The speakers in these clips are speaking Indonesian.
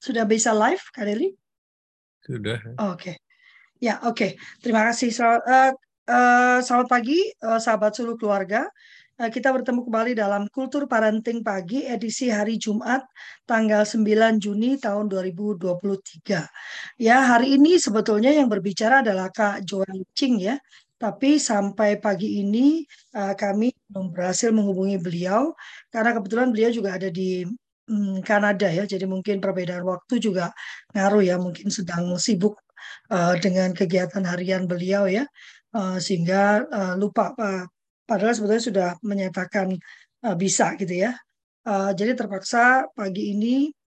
Sudah bisa live, Kak Deli? Sudah. Oke. Ya, oke. Terima kasih. Selamat pagi, sahabat seluruh keluarga. Kita bertemu kembali dalam Kultur Parenting Pagi, edisi hari Jumat, tanggal 9 Juni tahun 2023. Ya, hari ini sebetulnya yang berbicara adalah Kak Joel Ching ya. Tapi sampai pagi ini kami belum berhasil menghubungi beliau, karena kebetulan beliau juga ada di Kanada ya. Jadi mungkin perbedaan waktu juga ngaruh ya, mungkin sedang sibuk dengan kegiatan harian beliau ya, sehingga lupa padahal sebetulnya sudah menyatakan bisa gitu ya. Jadi terpaksa pagi ini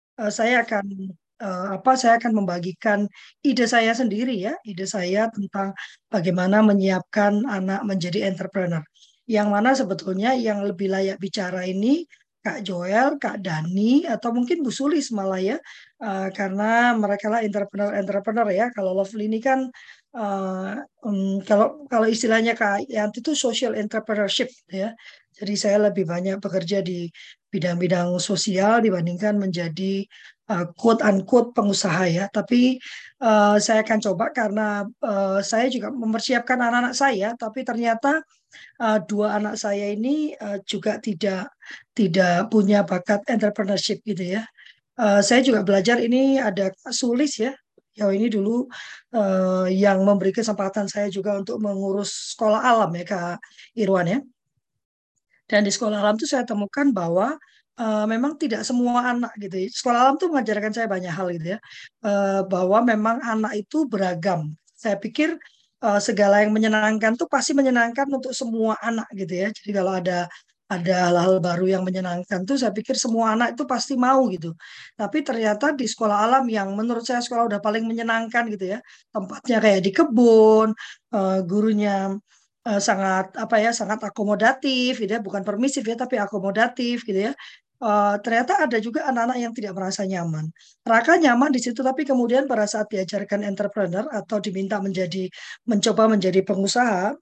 saya akan membagikan ide saya sendiri ya, ide saya tentang bagaimana menyiapkan anak menjadi entrepreneur. Yang mana sebetulnya yang lebih layak bicara ini Kak Joel, Kak Dani, atau mungkin Bu Sulis malah ya, karena mereka lah entrepreneur ya. Kalau Lovely ini kan kalau kalau istilahnya Kak Yanti itu social entrepreneurship gitu ya. Jadi saya lebih banyak bekerja di bidang-bidang sosial dibandingkan menjadi quote unquote pengusaha ya. Tapi saya akan coba karena saya juga mempersiapkan anak-anak saya, tapi ternyata dua anak saya ini juga tidak punya bakat entrepreneurship gitu ya. Saya juga belajar ini ada Kak Sulis ya. Ya ini dulu yang memberi kesempatan saya juga untuk mengurus sekolah alam ya Kak Irwan ya. Dan di sekolah alam itu saya temukan bahwa memang tidak semua anak gitu ya. Sekolah alam tuh mengajarkan saya banyak hal gitu ya. Bahwa memang anak itu beragam. Saya pikir segala yang menyenangkan tuh pasti menyenangkan untuk semua anak gitu ya. Jadi kalau ada hal-hal baru yang menyenangkan tuh saya pikir semua anak itu pasti mau gitu. Tapi ternyata di sekolah alam yang menurut saya sekolah udah paling menyenangkan gitu ya. Tempatnya kayak di kebun, gurunya sangat apa ya sangat akomodatif gitu ya, bukan permisif ya tapi akomodatif gitu ya. Ternyata ada juga anak-anak yang tidak merasa nyaman. Mereka nyaman di situ tapi kemudian pada saat diajarkan entrepreneur atau diminta mencoba menjadi pengusaha,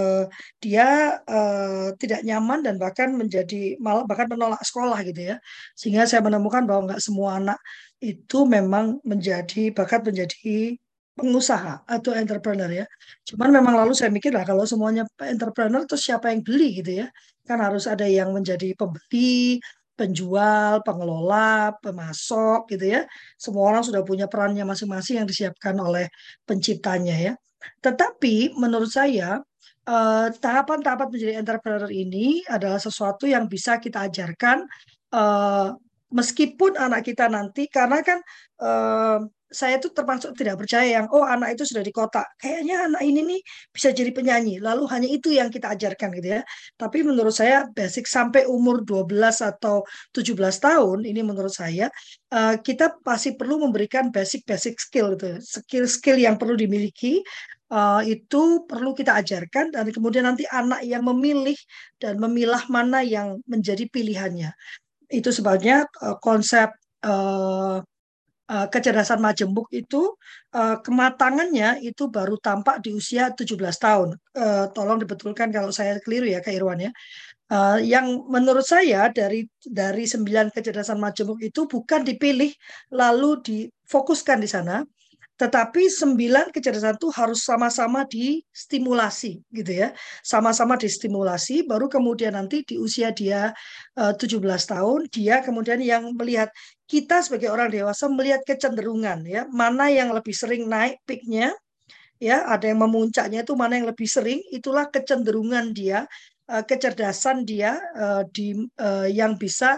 dia tidak nyaman dan bahkan malah bahkan menolak sekolah gitu ya. Sehingga saya menemukan bahwa nggak semua anak itu memang bakat menjadi pengusaha atau entrepreneur ya. Cuman memang lalu saya mikir lah kalau semuanya entrepreneur terus siapa yang beli gitu ya. Kan harus ada yang menjadi pembeli, penjual, pengelola, pemasok gitu ya. Semua orang sudah punya perannya masing-masing yang disiapkan oleh penciptanya ya. Tetapi menurut saya tahapan-tahapan menjadi entrepreneur ini adalah sesuatu yang bisa kita ajarkan eh, meskipun anak kita nanti karena kan eh, saya tuh termasuk tidak percaya yang oh anak itu sudah di kota kayaknya anak ini nih bisa jadi penyanyi lalu hanya itu yang kita ajarkan gitu ya. Tapi menurut saya basic sampai umur 12 atau 17 tahun ini menurut saya kita pasti perlu memberikan basic-basic skill itu. Skill-skill yang perlu dimiliki itu perlu kita ajarkan dan kemudian nanti anak yang memilih dan memilah mana yang menjadi pilihannya. Itu sebabnya konsep eh, kecerdasan majemuk itu kematangannya itu baru tampak di usia 17 tahun. Tolong dibetulkan kalau saya keliru ya Kak Irwan ya. Yang menurut saya dari 9 kecerdasan majemuk itu bukan dipilih lalu difokuskan di sana, tetapi 9 kecerdasan itu harus sama-sama distimulasi gitu ya. Sama-sama distimulasi baru kemudian nanti di usia dia 17 tahun dia kemudian yang melihat kita sebagai orang dewasa melihat kecenderungan ya, mana yang lebih sering naik peaknya ya, ada yang memuncaknya itu mana yang lebih sering, itulah kecenderungan dia, kecerdasan dia yang bisa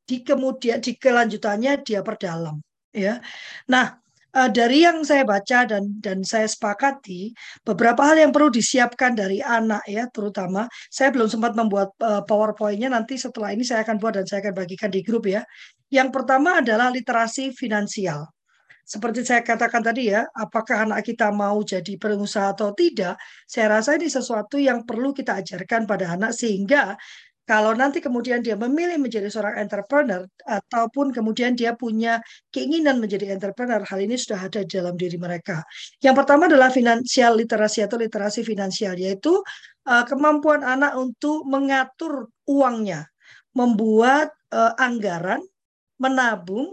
di kelanjutannya dia perdalam ya. Nah, dari yang saya baca dan saya sepakati beberapa hal yang perlu disiapkan dari anak ya, terutama saya belum sempat membuat PowerPoint-nya, nanti setelah ini saya akan buat dan saya akan bagikan di grup ya. Yang pertama adalah literasi finansial. Seperti saya katakan tadi ya, apakah anak kita mau jadi pengusaha atau tidak, saya rasa ini sesuatu yang perlu kita ajarkan pada anak sehingga kalau nanti kemudian dia memilih menjadi seorang entrepreneur ataupun kemudian dia punya keinginan menjadi entrepreneur, hal ini sudah ada di dalam diri mereka. Yang pertama adalah financial literasi atau literasi finansial, yaitu kemampuan anak untuk mengatur uangnya, membuat anggaran, menabung,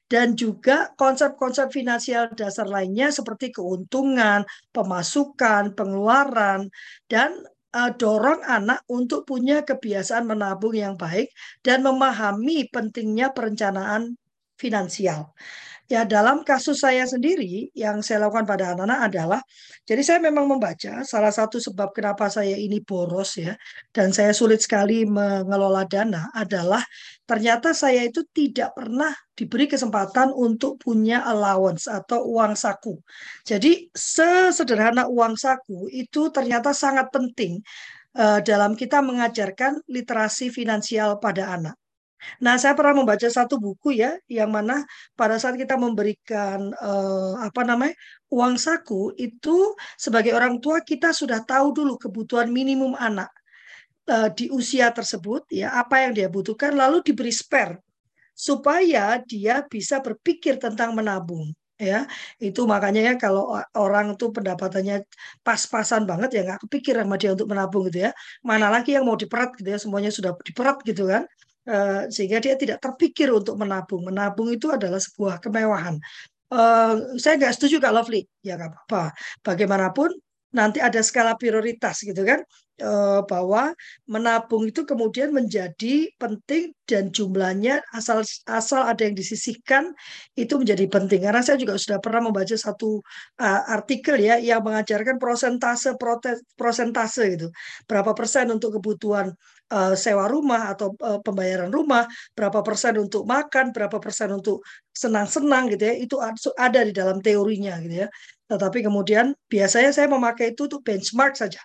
dan juga konsep-konsep finansial dasar lainnya seperti keuntungan, pemasukan, pengeluaran, dan dorong anak untuk punya kebiasaan menabung yang baik dan memahami pentingnya perencanaan finansial. Ya, dalam kasus saya sendiri, yang saya lakukan pada anak-anak adalah, jadi saya memang membaca salah satu sebab kenapa saya ini boros ya, dan saya sulit sekali mengelola dana adalah ternyata saya itu tidak pernah diberi kesempatan untuk punya allowance atau uang saku. Jadi sesederhana uang saku itu ternyata sangat penting dalam kita mengajarkan literasi finansial pada anak. Nah, saya pernah membaca satu buku ya, yang mana pada saat kita memberikan apa namanya uang saku itu sebagai orang tua kita sudah tahu dulu kebutuhan minimum anak di usia tersebut ya, apa yang dia butuhkan, lalu diberi spare supaya dia bisa berpikir tentang menabung. Ya, itu makanya ya kalau orang tuh pendapatannya pas-pasan banget ya nggak kepikir sama dia untuk menabung gitu ya. Mana lagi yang mau diperat gitu ya, semuanya sudah diperat gitu kan. Sehingga dia tidak terpikir untuk menabung. Menabung itu adalah sebuah kemewahan. Saya nggak setuju Kak Lovely. Ya nggak apa-apa. Bagaimanapun nanti ada skala prioritas gitu kan. Bahwa menabung itu kemudian menjadi penting dan jumlahnya asal asal ada yang disisihkan itu menjadi penting. Karena saya juga sudah pernah membaca satu artikel ya yang mengajarkan prosentase gitu. Berapa persen untuk kebutuhan sewa rumah atau pembayaran rumah, berapa persen untuk makan, berapa persen untuk senang-senang gitu ya. Itu ada di dalam teorinya gitu ya. Tetapi kemudian biasanya saya memakai itu untuk benchmark saja,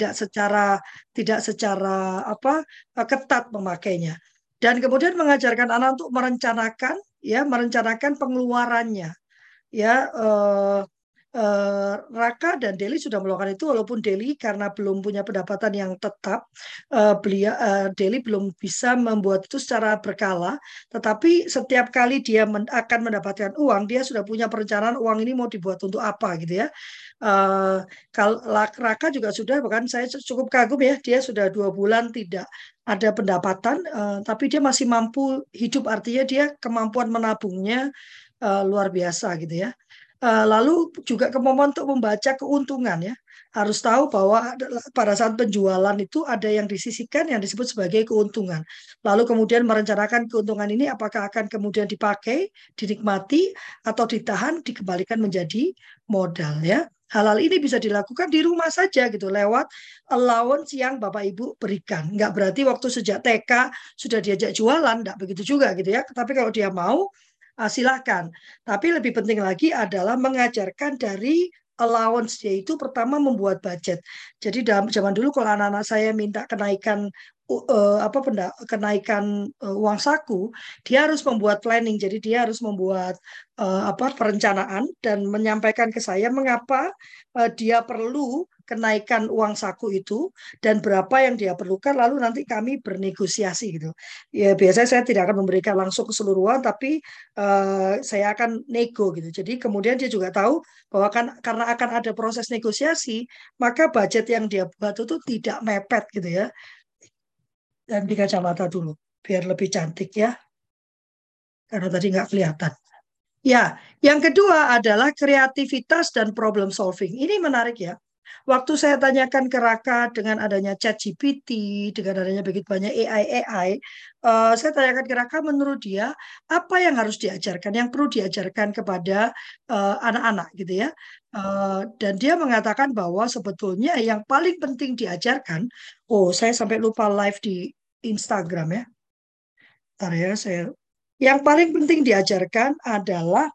tidak secara apa ketat memakainya. Dan kemudian mengajarkan anak untuk merencanakan pengeluarannya. Ya, Raka dan Deli sudah melakukan itu walaupun Deli karena belum punya pendapatan yang tetap, Deli belum bisa membuat itu secara berkala. Tetapi setiap kali dia akan mendapatkan uang, dia sudah punya perencanaan uang ini mau dibuat untuk apa gitu ya. Eh, Kalau Raka juga sudah, bahkan saya cukup kagum ya, dia sudah 2 bulan tidak ada pendapatan, tapi dia masih mampu hidup, artinya dia kemampuan menabungnya luar biasa gitu ya. Lalu juga kemampuan untuk membaca keuntungan ya. Harus tahu bahwa pada saat penjualan itu ada yang disisihkan yang disebut sebagai keuntungan. Lalu kemudian merencanakan keuntungan ini apakah akan kemudian dipakai, dinikmati, atau ditahan, dikembalikan menjadi modal ya. Hal-hal ini bisa dilakukan di rumah saja gitu lewat allowance yang Bapak Ibu berikan. Nggak berarti waktu sejak TK sudah diajak jualan, nggak begitu juga gitu ya. Tapi kalau dia mau, silakan. Tapi lebih penting lagi adalah mengajarkan dari allowance, yaitu pertama membuat budget. Jadi dalam zaman dulu kalau anak-anak saya minta kenaikan kenaikan uang saku, dia harus membuat planning. Jadi dia harus membuat perencanaan dan menyampaikan ke saya mengapa dia perlu kenaikan uang saku itu dan berapa yang dia perlukan, lalu nanti kami bernegosiasi gitu. Ya biasanya saya tidak akan memberikan langsung keseluruhan, tapi saya akan nego gitu. Jadi kemudian dia juga tahu bahwa kan karena akan ada proses negosiasi, maka budget yang dia buat itu tidak mepet gitu ya. Dan di kacamata dulu biar lebih cantik ya, karena tadi nggak kelihatan. Ya, yang kedua adalah kreativitas dan problem solving. Ini menarik ya. Waktu saya tanyakan ke Raka dengan adanya ChatGPT, dengan adanya begitu banyak AI, saya tanyakan ke Raka menurut dia apa yang harus diajarkan, yang perlu diajarkan kepada anak-anak gitu ya. Dan dia mengatakan bahwa sebetulnya yang paling penting diajarkan, oh saya sampai lupa live di Instagram ya. Bentar ya, yang paling penting diajarkan adalah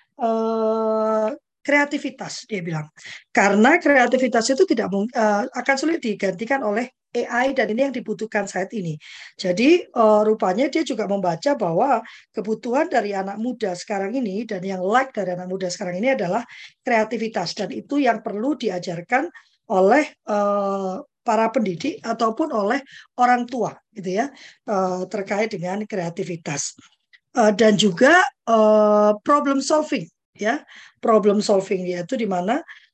eh, kreativitas, dia bilang. Karena kreativitas itu tidak akan sulit digantikan oleh AI dan ini yang dibutuhkan saat ini. Jadi rupanya dia juga membaca bahwa kebutuhan dari anak muda sekarang ini dan yang like dari anak muda sekarang ini adalah kreativitas dan itu yang perlu diajarkan oleh para pendidik ataupun oleh orang tua gitu ya, terkait dengan kreativitas. Dan juga problem solving ya, problem solving yaitu di mana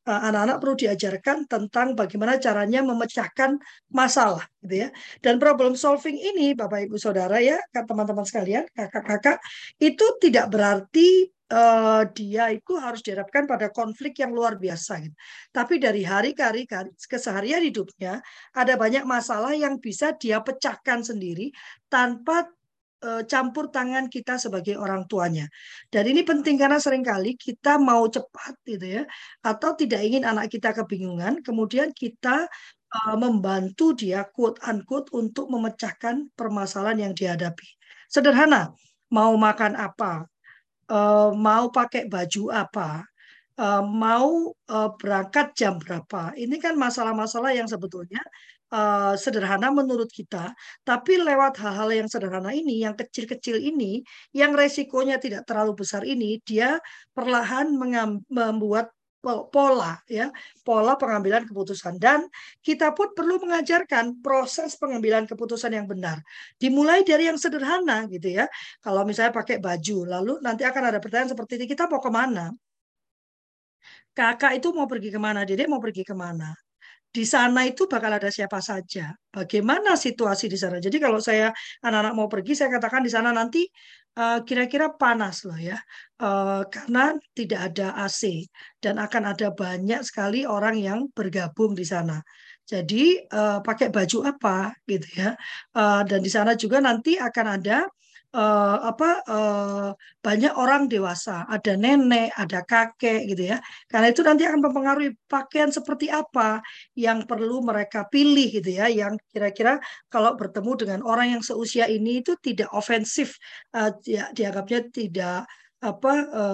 Anak-anak perlu diajarkan tentang bagaimana caranya memecahkan masalah, gitu ya. Dan problem solving ini, Bapak Ibu Saudara ya, teman-teman sekalian, kakak-kakak, itu tidak berarti dia itu harus dihadapkan pada konflik yang luar biasa, gitu. Tapi dari hari ke hari, keseharian hidupnya, ada banyak masalah yang bisa dia pecahkan sendiri tanpa campur tangan kita sebagai orang tuanya. Dan ini penting karena seringkali kita mau cepat gitu ya, atau tidak ingin anak kita kebingungan, kemudian kita membantu dia quote unquote untuk memecahkan permasalahan yang dihadapi. Sederhana, mau makan apa, mau pakai baju apa, mau berangkat jam berapa. Ini kan masalah-masalah yang sebetulnya sederhana menurut kita, tapi lewat hal-hal yang sederhana ini, yang kecil-kecil ini, yang resikonya tidak terlalu besar ini, dia perlahan membuat pola ya, pola pengambilan keputusan. Dan kita pun perlu mengajarkan proses pengambilan keputusan yang benar. Dimulai dari yang sederhana gitu ya. Kalau misalnya pakai baju, lalu nanti akan ada pertanyaan seperti ini, kita mau kemana? Kakak itu mau pergi kemana? Dedek mau pergi kemana? Di sana itu bakal ada siapa saja. Bagaimana situasi di sana? Jadi kalau saya anak-anak mau pergi, saya katakan di sana nanti kira-kira panas loh ya, karena tidak ada AC dan akan ada banyak sekali orang yang bergabung di sana. Jadi pakai baju apa gitu ya? Dan di sana juga nanti akan ada apa banyak orang dewasa, ada nenek, ada kakek gitu ya. Karena itu nanti akan mempengaruhi pakaian seperti apa yang perlu mereka pilih gitu ya, yang kira-kira kalau bertemu dengan orang yang seusia ini itu tidak ofensif, dianggapnya tidak apa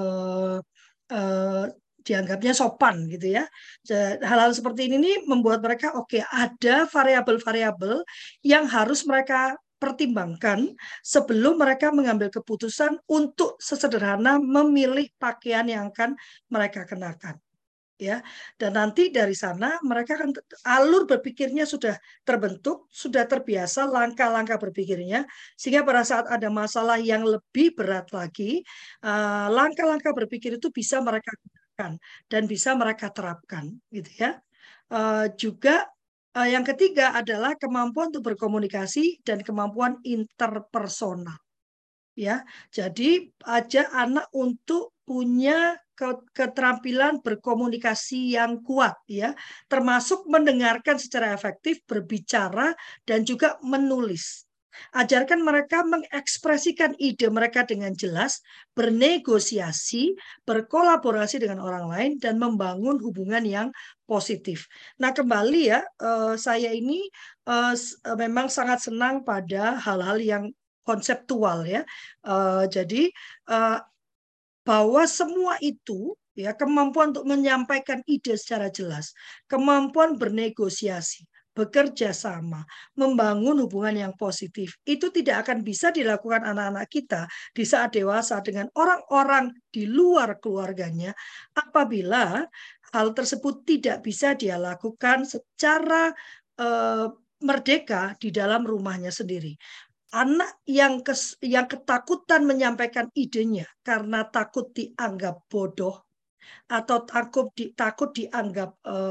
eh, dianggapnya sopan gitu ya. Hal-hal seperti ini nih membuat mereka oke, ada variabel-variabel yang harus mereka pertimbangkan sebelum mereka mengambil keputusan untuk sesederhana memilih pakaian yang akan mereka kenakan ya. Dan nanti dari sana mereka kan alur berpikirnya sudah terbentuk, sudah terbiasa langkah-langkah berpikirnya, sehingga pada saat ada masalah yang lebih berat lagi, langkah-langkah berpikir itu bisa mereka gunakan dan bisa mereka terapkan gitu ya. Juga yang ketiga adalah kemampuan untuk berkomunikasi dan kemampuan interpersonal ya. Jadi ajak anak untuk punya keterampilan berkomunikasi yang kuat ya, termasuk mendengarkan secara efektif, berbicara dan juga menulis. Ajarkan mereka mengekspresikan ide mereka dengan jelas, bernegosiasi, berkolaborasi dengan orang lain dan membangun hubungan yang positif. Nah, kembali ya, saya ini memang sangat senang pada hal-hal yang konseptual ya. Jadi uh, bahwa semua itu ya, kemampuan untuk menyampaikan ide secara jelas, kemampuan bernegosiasi, bekerja sama, membangun hubungan yang positif, itu tidak akan bisa dilakukan anak-anak kita di saat dewasa dengan orang-orang di luar keluarganya apabila hal tersebut tidak bisa dia lakukan secara merdeka di dalam rumahnya sendiri. Anak yang ketakutan menyampaikan idenya karena takut dianggap bodoh atau takut dianggap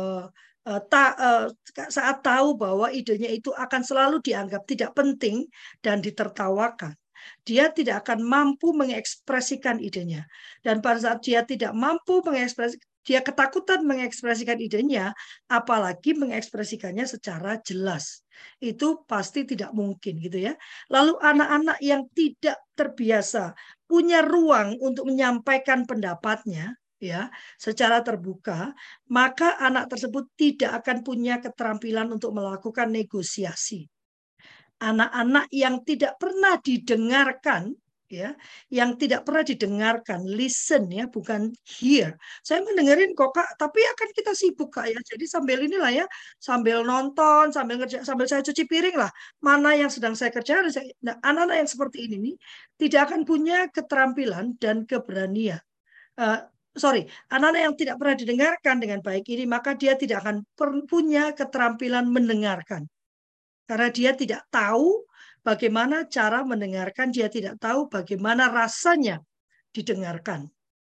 saat tahu bahwa idenya itu akan selalu dianggap tidak penting dan ditertawakan. Dia tidak akan mampu mengekspresikan idenya. Dan pada saat dia tidak mampu mengekspresikan, dia ketakutan mengekspresikan idenya, apalagi mengekspresikannya secara jelas. Itu pasti tidak mungkin gitu ya. Lalu anak-anak yang tidak terbiasa punya ruang untuk menyampaikan pendapatnya, ya, secara terbuka, maka anak tersebut tidak akan punya keterampilan untuk melakukan negosiasi. Anak-anak yang tidak pernah didengarkan, ya, yang tidak pernah didengarkan, listen ya, bukan hear. Saya mendengarin kok Kak, tapi akan kita sibuk Kak ya. Jadi sambil inilah ya, sambil nonton, sambil ngerja, sambil saya cuci piring lah, mana yang sedang saya kerjakan. Nah, anak-anak yang seperti ini nih tidak akan punya keterampilan dan keberanian. Uh, sorry, anak-anak yang tidak pernah didengarkan dengan baik ini, maka dia tidak akan punya keterampilan mendengarkan. Karena dia tidak tahu bagaimana cara mendengarkan, dia tidak tahu bagaimana rasanya didengarkan.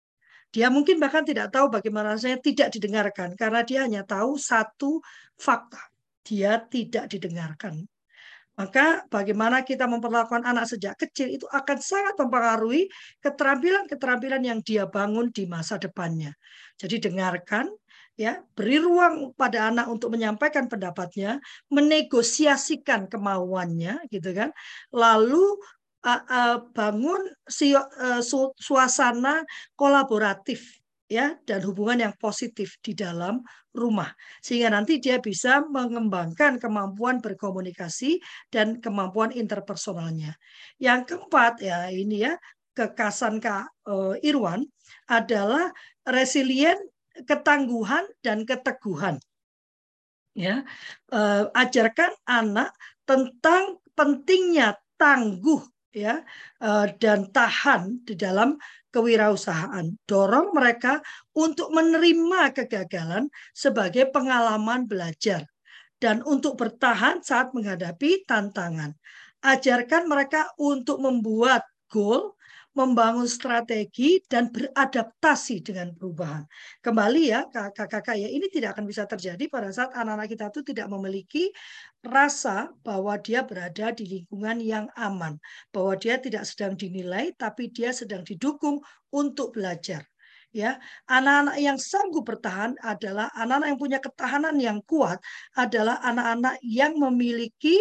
Dia mungkin bahkan tidak tahu bagaimana rasanya tidak didengarkan, karena dia hanya tahu satu fakta, dia tidak didengarkan. Maka bagaimana kita memperlakukan anak sejak kecil itu akan sangat mempengaruhi keterampilan-keterampilan yang dia bangun di masa depannya. Jadi dengarkan, ya, beri ruang pada anak untuk menyampaikan pendapatnya, menegosiasikan kemauannya, gitu kan. Lalu bangun suasana kolaboratif, ya, dan hubungan yang positif di dalam rumah, sehingga nanti dia bisa mengembangkan kemampuan berkomunikasi dan kemampuan interpersonalnya. Yang keempat, ya ini ya, kekasan Kak Irwan adalah resilient, ketangguhan dan keteguhan. Ya, ajarkan anak tentang pentingnya tangguh, ya, dan tahan di dalam kewirausahaan. Dorong mereka untuk menerima kegagalan sebagai pengalaman belajar dan untuk bertahan saat menghadapi tantangan. Ajarkan mereka untuk membuat goal, membangun strategi, dan beradaptasi dengan perubahan. Kembali ya, kakak-kakak ya, ini tidak akan bisa terjadi pada saat anak-anak kita itu tidak memiliki rasa bahwa dia berada di lingkungan yang aman, bahwa dia tidak sedang dinilai, tapi dia sedang didukung untuk belajar. Ya, anak-anak yang sanggup bertahan adalah anak-anak yang punya ketahanan yang kuat, adalah anak-anak yang memiliki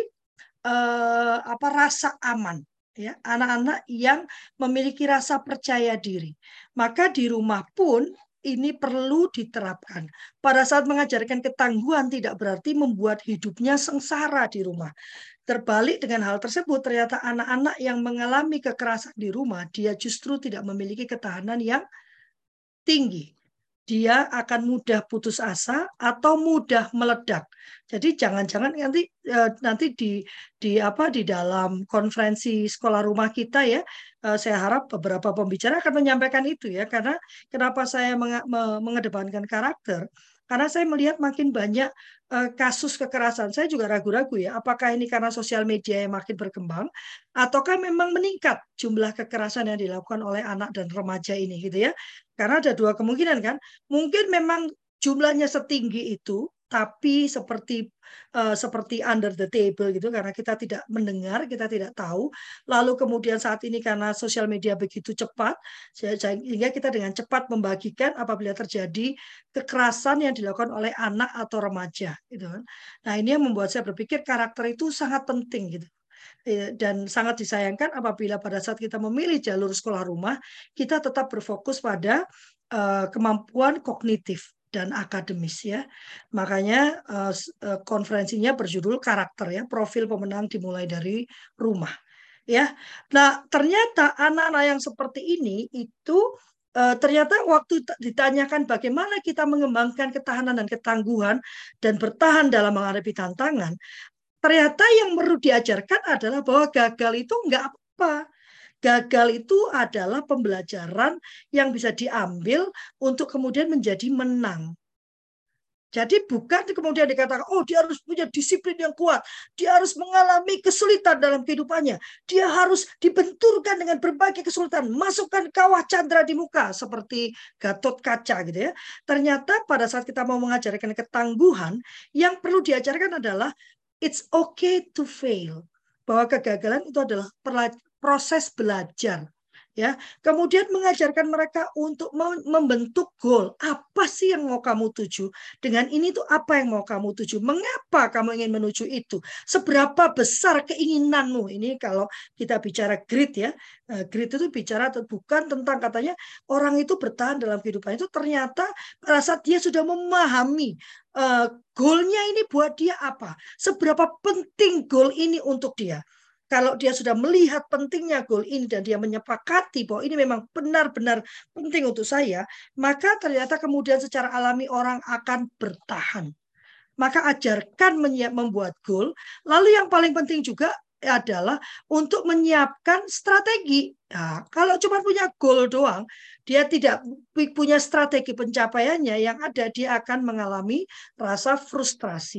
rasa aman, ya, anak-anak yang memiliki rasa percaya diri. Maka di rumah pun ini perlu diterapkan. Pada saat mengajarkan ketangguhan tidak berarti membuat hidupnya sengsara di rumah. Terbalik dengan hal tersebut, ternyata anak-anak yang mengalami kekerasan di rumah, dia justru tidak memiliki ketahanan yang tinggi. Dia akan mudah putus asa atau mudah meledak. Jadi jangan-jangan nanti di dalam konferensi sekolah rumah kita ya, saya harap beberapa pembicara akan menyampaikan itu ya, karena kenapa saya mengedepankan karakter? Karena saya melihat makin banyak kasus kekerasan. Saya juga ragu-ragu ya, apakah ini karena sosial media yang makin berkembang, ataukah memang meningkat jumlah kekerasan yang dilakukan oleh anak dan remaja ini gitu ya. Karena ada dua kemungkinan kan. Mungkin memang jumlahnya setinggi itu, tapi seperti under the table gitu, karena kita tidak mendengar, kita tidak tahu. Lalu kemudian saat ini karena sosial media begitu cepat, sehingga kita dengan cepat membagikan apabila terjadi kekerasan yang dilakukan oleh anak atau remaja, gitu kan. Nah ini yang membuat saya berpikir karakter itu sangat penting gitu. Dan sangat disayangkan apabila pada saat kita memilih jalur sekolah rumah, kita tetap berfokus pada kemampuan kognitif dan akademis ya. Makanya konferensinya berjudul karakter ya, profil pemenang dimulai dari rumah. Ya. Nah, ternyata anak-anak yang seperti ini itu ternyata waktu ditanyakan bagaimana kita mengembangkan ketahanan dan ketangguhan dan bertahan dalam menghadapi tantangan, ternyata yang perlu diajarkan adalah bahwa gagal itu enggak apa-apa. Gagal itu adalah pembelajaran yang bisa diambil untuk kemudian menjadi menang. Jadi bukan kemudian dikatakan, oh dia harus punya disiplin yang kuat, dia harus mengalami kesulitan dalam kehidupannya, dia harus dibenturkan dengan berbagai kesulitan, masukkan kawah candra di muka seperti Gatot Kaca gitu ya. Ternyata pada saat kita mau mengajarkan ketangguhan, yang perlu diajarkan adalah it's okay to fail. Bahwa kegagalan itu adalah proses belajar. Ya, kemudian mengajarkan mereka untuk membentuk goal. Apa sih yang mau kamu tuju? Dengan ini tuh apa yang mau kamu tuju? Mengapa kamu ingin menuju itu? Seberapa besar keinginanmu? Ini kalau kita bicara grit ya. Grit itu bicara bukan tentang katanya orang itu bertahan dalam kehidupan itu, ternyata pada saat dia sudah memahami goalnya ini buat dia apa? Seberapa penting goal ini untuk dia? Kalau dia sudah melihat pentingnya goal ini dan dia menyepakati bahwa ini memang benar-benar penting untuk saya, maka ternyata kemudian secara alami orang akan bertahan. Maka ajarkan membuat goal. Lalu yang paling penting juga adalah untuk menyiapkan strategi. Nah, kalau cuma punya goal doang, dia tidak punya strategi pencapaiannya, yang ada dia akan mengalami rasa frustrasi.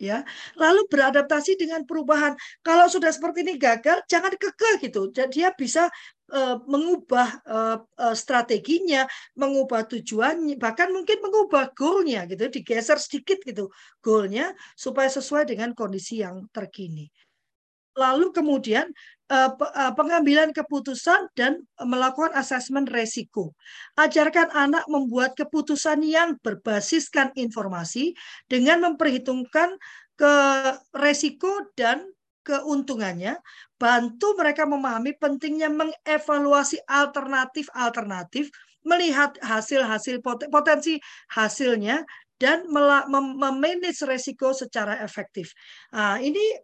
ya. Lalu beradaptasi dengan perubahan. Kalau sudah seperti ini gagal, jangan kekeh gitu. Dia bisa mengubah strateginya, mengubah tujuannya, bahkan mungkin mengubah goalnya gitu, digeser sedikit gitu goalnya supaya sesuai dengan kondisi yang terkini. Lalu kemudian pengambilan keputusan dan melakukan asesmen resiko. Ajarkan anak membuat keputusan yang berbasiskan informasi dengan memperhitungkan ke resiko dan keuntungannya. Bantu mereka memahami pentingnya mengevaluasi alternatif-alternatif, melihat hasil-hasil potensi hasilnya dan memanage resiko secara efektif. Nah,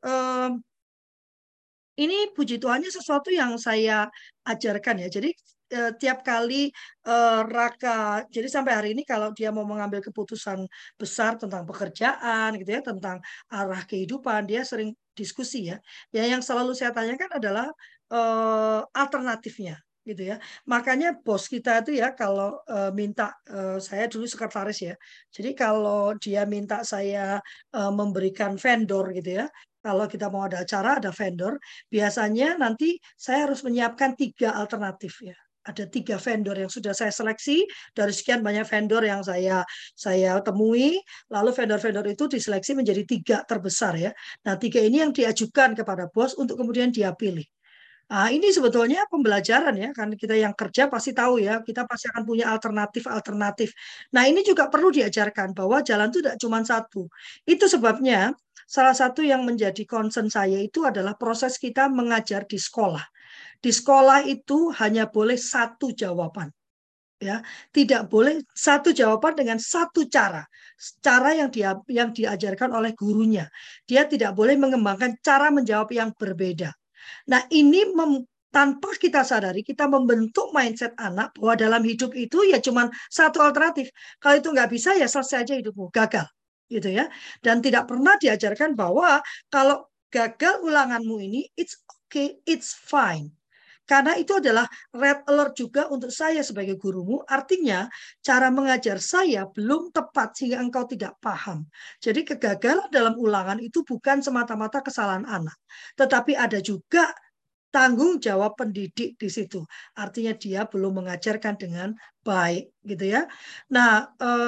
ini puji Tuhannya sesuatu yang saya ajarkan ya. Jadi tiap kali Raka, jadi sampai hari ini kalau dia mau mengambil keputusan besar tentang pekerjaan gitu ya, tentang arah kehidupan, dia sering diskusi ya. Ya yang selalu saya tanyakan adalah alternatifnya gitu ya. Makanya bos kita itu ya kalau minta saya dulu sekretaris ya. Jadi kalau dia minta saya memberikan vendor gitu ya. Kalau kita mau ada acara, ada vendor, biasanya nanti saya harus menyiapkan 3 alternatif ya. Ada 3 vendor yang sudah saya seleksi dari sekian banyak vendor yang saya temui. Lalu vendor-vendor itu diseleksi menjadi 3 terbesar ya. Nah 3 ini yang diajukan kepada bos untuk kemudian dia pilih. Nah, ini sebetulnya pembelajaran ya, kan kita yang kerja pasti tahu ya, kita pasti akan punya alternatif-alternatif. Nah, ini juga perlu diajarkan bahwa jalan itu tidak cuma satu. Itu sebabnya salah satu yang menjadi concern saya itu adalah proses kita mengajar di sekolah. Di sekolah itu hanya boleh satu jawaban. Ya, tidak boleh satu jawaban dengan satu cara yang diajarkan oleh gurunya. Dia tidak boleh mengembangkan cara menjawab yang berbeda. Nah, ini tanpa kita sadari, kita membentuk mindset anak bahwa dalam hidup itu ya cuma satu alternatif. Kalau itu nggak bisa, ya selesai aja hidupmu, gagal. Gitu ya. Dan tidak pernah diajarkan bahwa kalau gagal ulanganmu ini, it's okay, it's fine. Karena itu adalah red alert juga untuk saya sebagai gurumu. Artinya cara mengajar saya belum tepat sehingga engkau tidak paham. Jadi kegagalan dalam ulangan itu bukan semata-mata kesalahan anak. Tetapi ada juga tanggung jawab pendidik di situ. Artinya dia belum mengajarkan dengan baik. Gitu ya. Nah,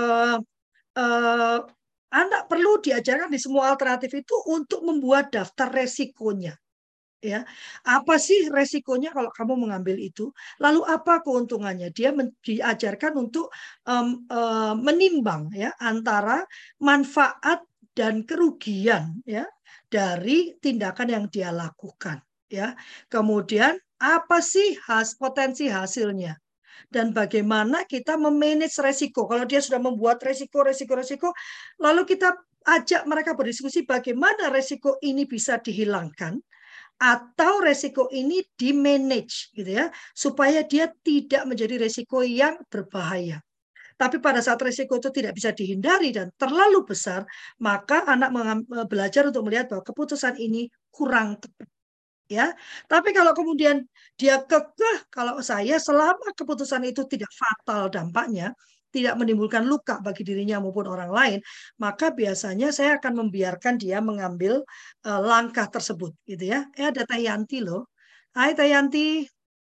anak perlu diajarkan di semua alternatif itu untuk membuat daftar resikonya. Ya, apa sih resikonya kalau kamu mengambil itu? Lalu apa keuntungannya? Dia diajarkan untuk menimbang ya antara manfaat dan kerugian ya dari tindakan yang dia lakukan ya. Kemudian apa sih potensi hasilnya? Dan bagaimana kita memanage resiko? Kalau dia sudah membuat resiko, lalu kita ajak mereka berdiskusi bagaimana resiko ini bisa dihilangkan atau resiko ini di manage gitu ya supaya dia tidak menjadi resiko yang berbahaya. Tapi pada saat resiko itu tidak bisa dihindari dan terlalu besar, maka anak belajar untuk melihat bahwa keputusan ini kurang tepat ya. Tapi kalau kemudian dia kekeh, kalau saya selama keputusan itu tidak fatal dampaknya, tidak menimbulkan luka bagi dirinya maupun orang lain, maka biasanya saya akan membiarkan dia mengambil langkah tersebut, gitu ya. Ada Teh Yanti loh. Hai Teh Yanti.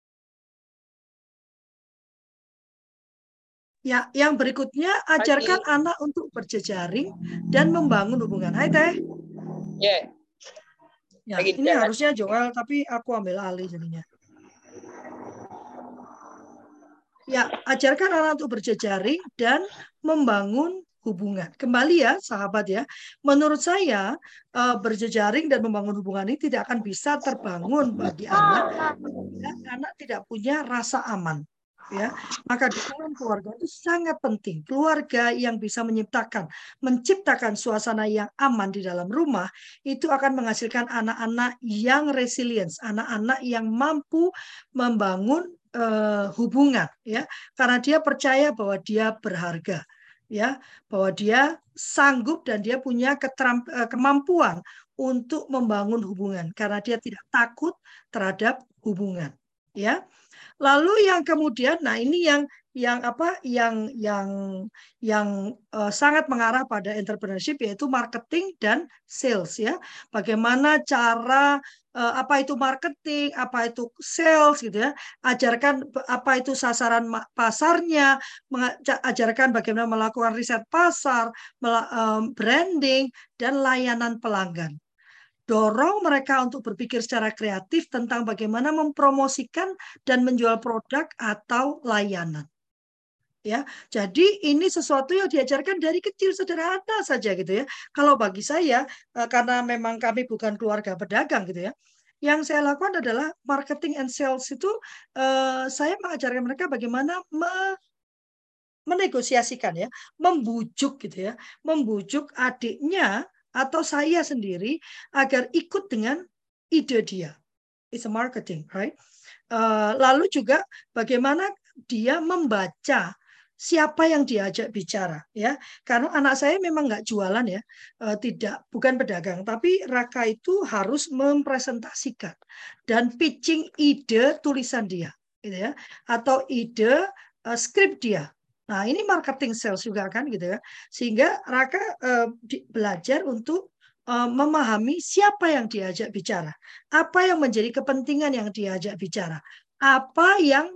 Ya, yang berikutnya ajarkan Pagi. anak untuk berjejaring dan membangun hubungan. Hai Teh. Ya. Ya, Lagi ini jalan. harusnya Joel, tapi aku ambil alih jadinya. Ya, ajarkan anak untuk berjejaring dan membangun hubungan. Kembali ya, sahabat ya. Menurut saya, berjejaring dan membangun hubungan ini tidak akan bisa terbangun bagi anak jika anak tidak punya rasa aman. Ya, maka dukungan keluarga itu sangat penting. Keluarga yang bisa menciptakan suasana yang aman di dalam rumah itu akan menghasilkan anak-anak yang resilient, anak-anak yang mampu membangun hubungan, ya, karena dia percaya bahwa dia berharga, ya, bahwa dia sanggup dan dia punya kemampuan untuk membangun hubungan karena dia tidak takut terhadap hubungan, ya. Lalu yang kemudian, nah ini yang yang apa yang sangat mengarah pada entrepreneurship, yaitu marketing dan sales ya. Bagaimana cara apa itu marketing, apa itu sales gitu ya. Ajarkan apa itu sasaran pasarnya, ajarkan bagaimana melakukan riset pasar, branding dan layanan pelanggan. Dorong mereka untuk berpikir secara kreatif tentang bagaimana mempromosikan dan menjual produk atau layanan. Ya, jadi ini sesuatu yang diajarkan dari kecil, sederhana saja gitu ya. Kalau bagi saya, karena memang kami bukan keluarga pedagang gitu ya, yang saya lakukan adalah marketing and sales itu, saya mengajarkan mereka bagaimana menegosiasikan ya, membujuk gitu ya, membujuk adiknya atau saya sendiri agar ikut dengan ide dia. It's a marketing, right? Lalu juga bagaimana dia membaca siapa yang diajak bicara ya, karena anak saya memang nggak jualan ya, tidak, bukan pedagang, tapi Raka itu harus mempresentasikan dan pitching ide tulisan dia gitu ya, atau ide skrip dia. Nah, ini marketing sales juga kan gitu ya, sehingga Raka belajar untuk memahami siapa yang diajak bicara, apa yang menjadi kepentingan yang diajak bicara, apa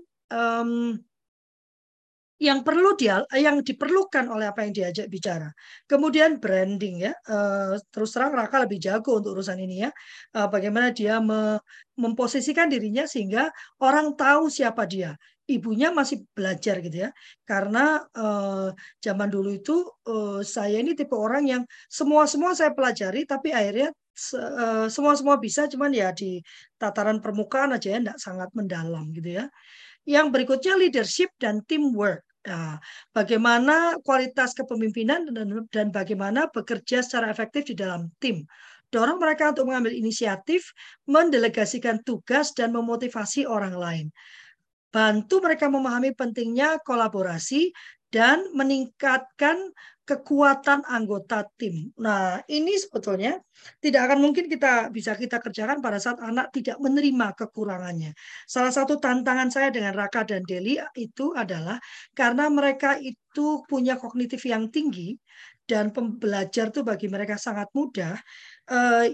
yang perlu yang diperlukan oleh apa yang diajak bicara. Kemudian branding ya, terus terang Raka lebih jago untuk urusan ini ya. Bagaimana dia memposisikan dirinya sehingga orang tahu siapa dia. Ibunya masih belajar gitu ya, karena zaman dulu itu saya ini tipe orang yang semua saya pelajari, tapi akhirnya semua bisa, cuman ya di tataran permukaan aja ya, enggak sangat mendalam gitu ya. Yang berikutnya leadership dan teamwork. Nah, bagaimana kualitas kepemimpinan dan bagaimana bekerja secara efektif di dalam tim. Dorong mereka untuk mengambil inisiatif, mendelegasikan tugas, dan memotivasi orang lain. Bantu mereka memahami pentingnya kolaborasi dan meningkatkan kekuatan anggota tim. Nah, ini sebetulnya tidak akan mungkin kita kerjakan pada saat anak tidak menerima kekurangannya. Salah satu tantangan saya dengan Raka dan Deli itu adalah karena mereka itu punya kognitif yang tinggi dan pembelajar itu bagi mereka sangat mudah, eh,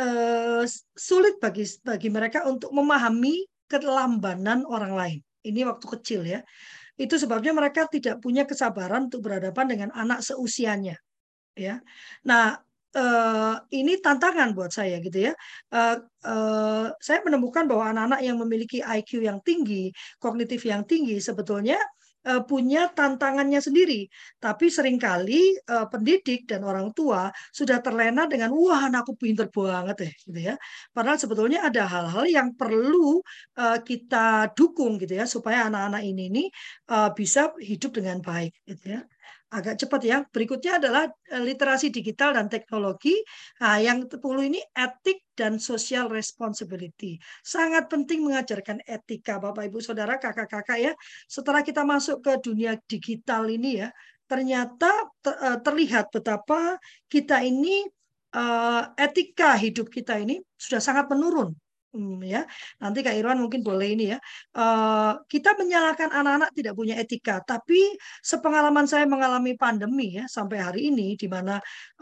sulit bagi mereka untuk memahami kelambanan orang lain. Ini waktu kecil ya. Itu sebabnya mereka tidak punya kesabaran untuk berhadapan dengan anak seusianya ya. Nah, ini tantangan buat saya gitu ya. Saya menemukan bahwa anak-anak yang memiliki IQ yang tinggi, kognitif yang tinggi sebetulnya punya tantangannya sendiri. Tapi seringkali pendidik dan orang tua sudah terlena dengan wah anakku pinter banget ya gitu ya. Padahal sebetulnya ada hal-hal yang perlu kita dukung gitu ya supaya anak-anak ini nih bisa hidup dengan baik gitu ya. Agak cepat ya. Berikutnya adalah literasi digital dan teknologi. Nah, yang 10 ini etik dan social responsibility. Sangat penting mengajarkan etika Bapak Ibu Saudara, kakak-kakak ya. Setelah kita masuk ke dunia digital ini ya, ternyata terlihat betapa kita ini etika hidup kita ini sudah sangat menurun. Ya, nanti Kak Irwan mungkin boleh ini ya. Kita menyalahkan anak-anak tidak punya etika, tapi sepengalaman saya mengalami pandemi ya sampai hari ini, di mana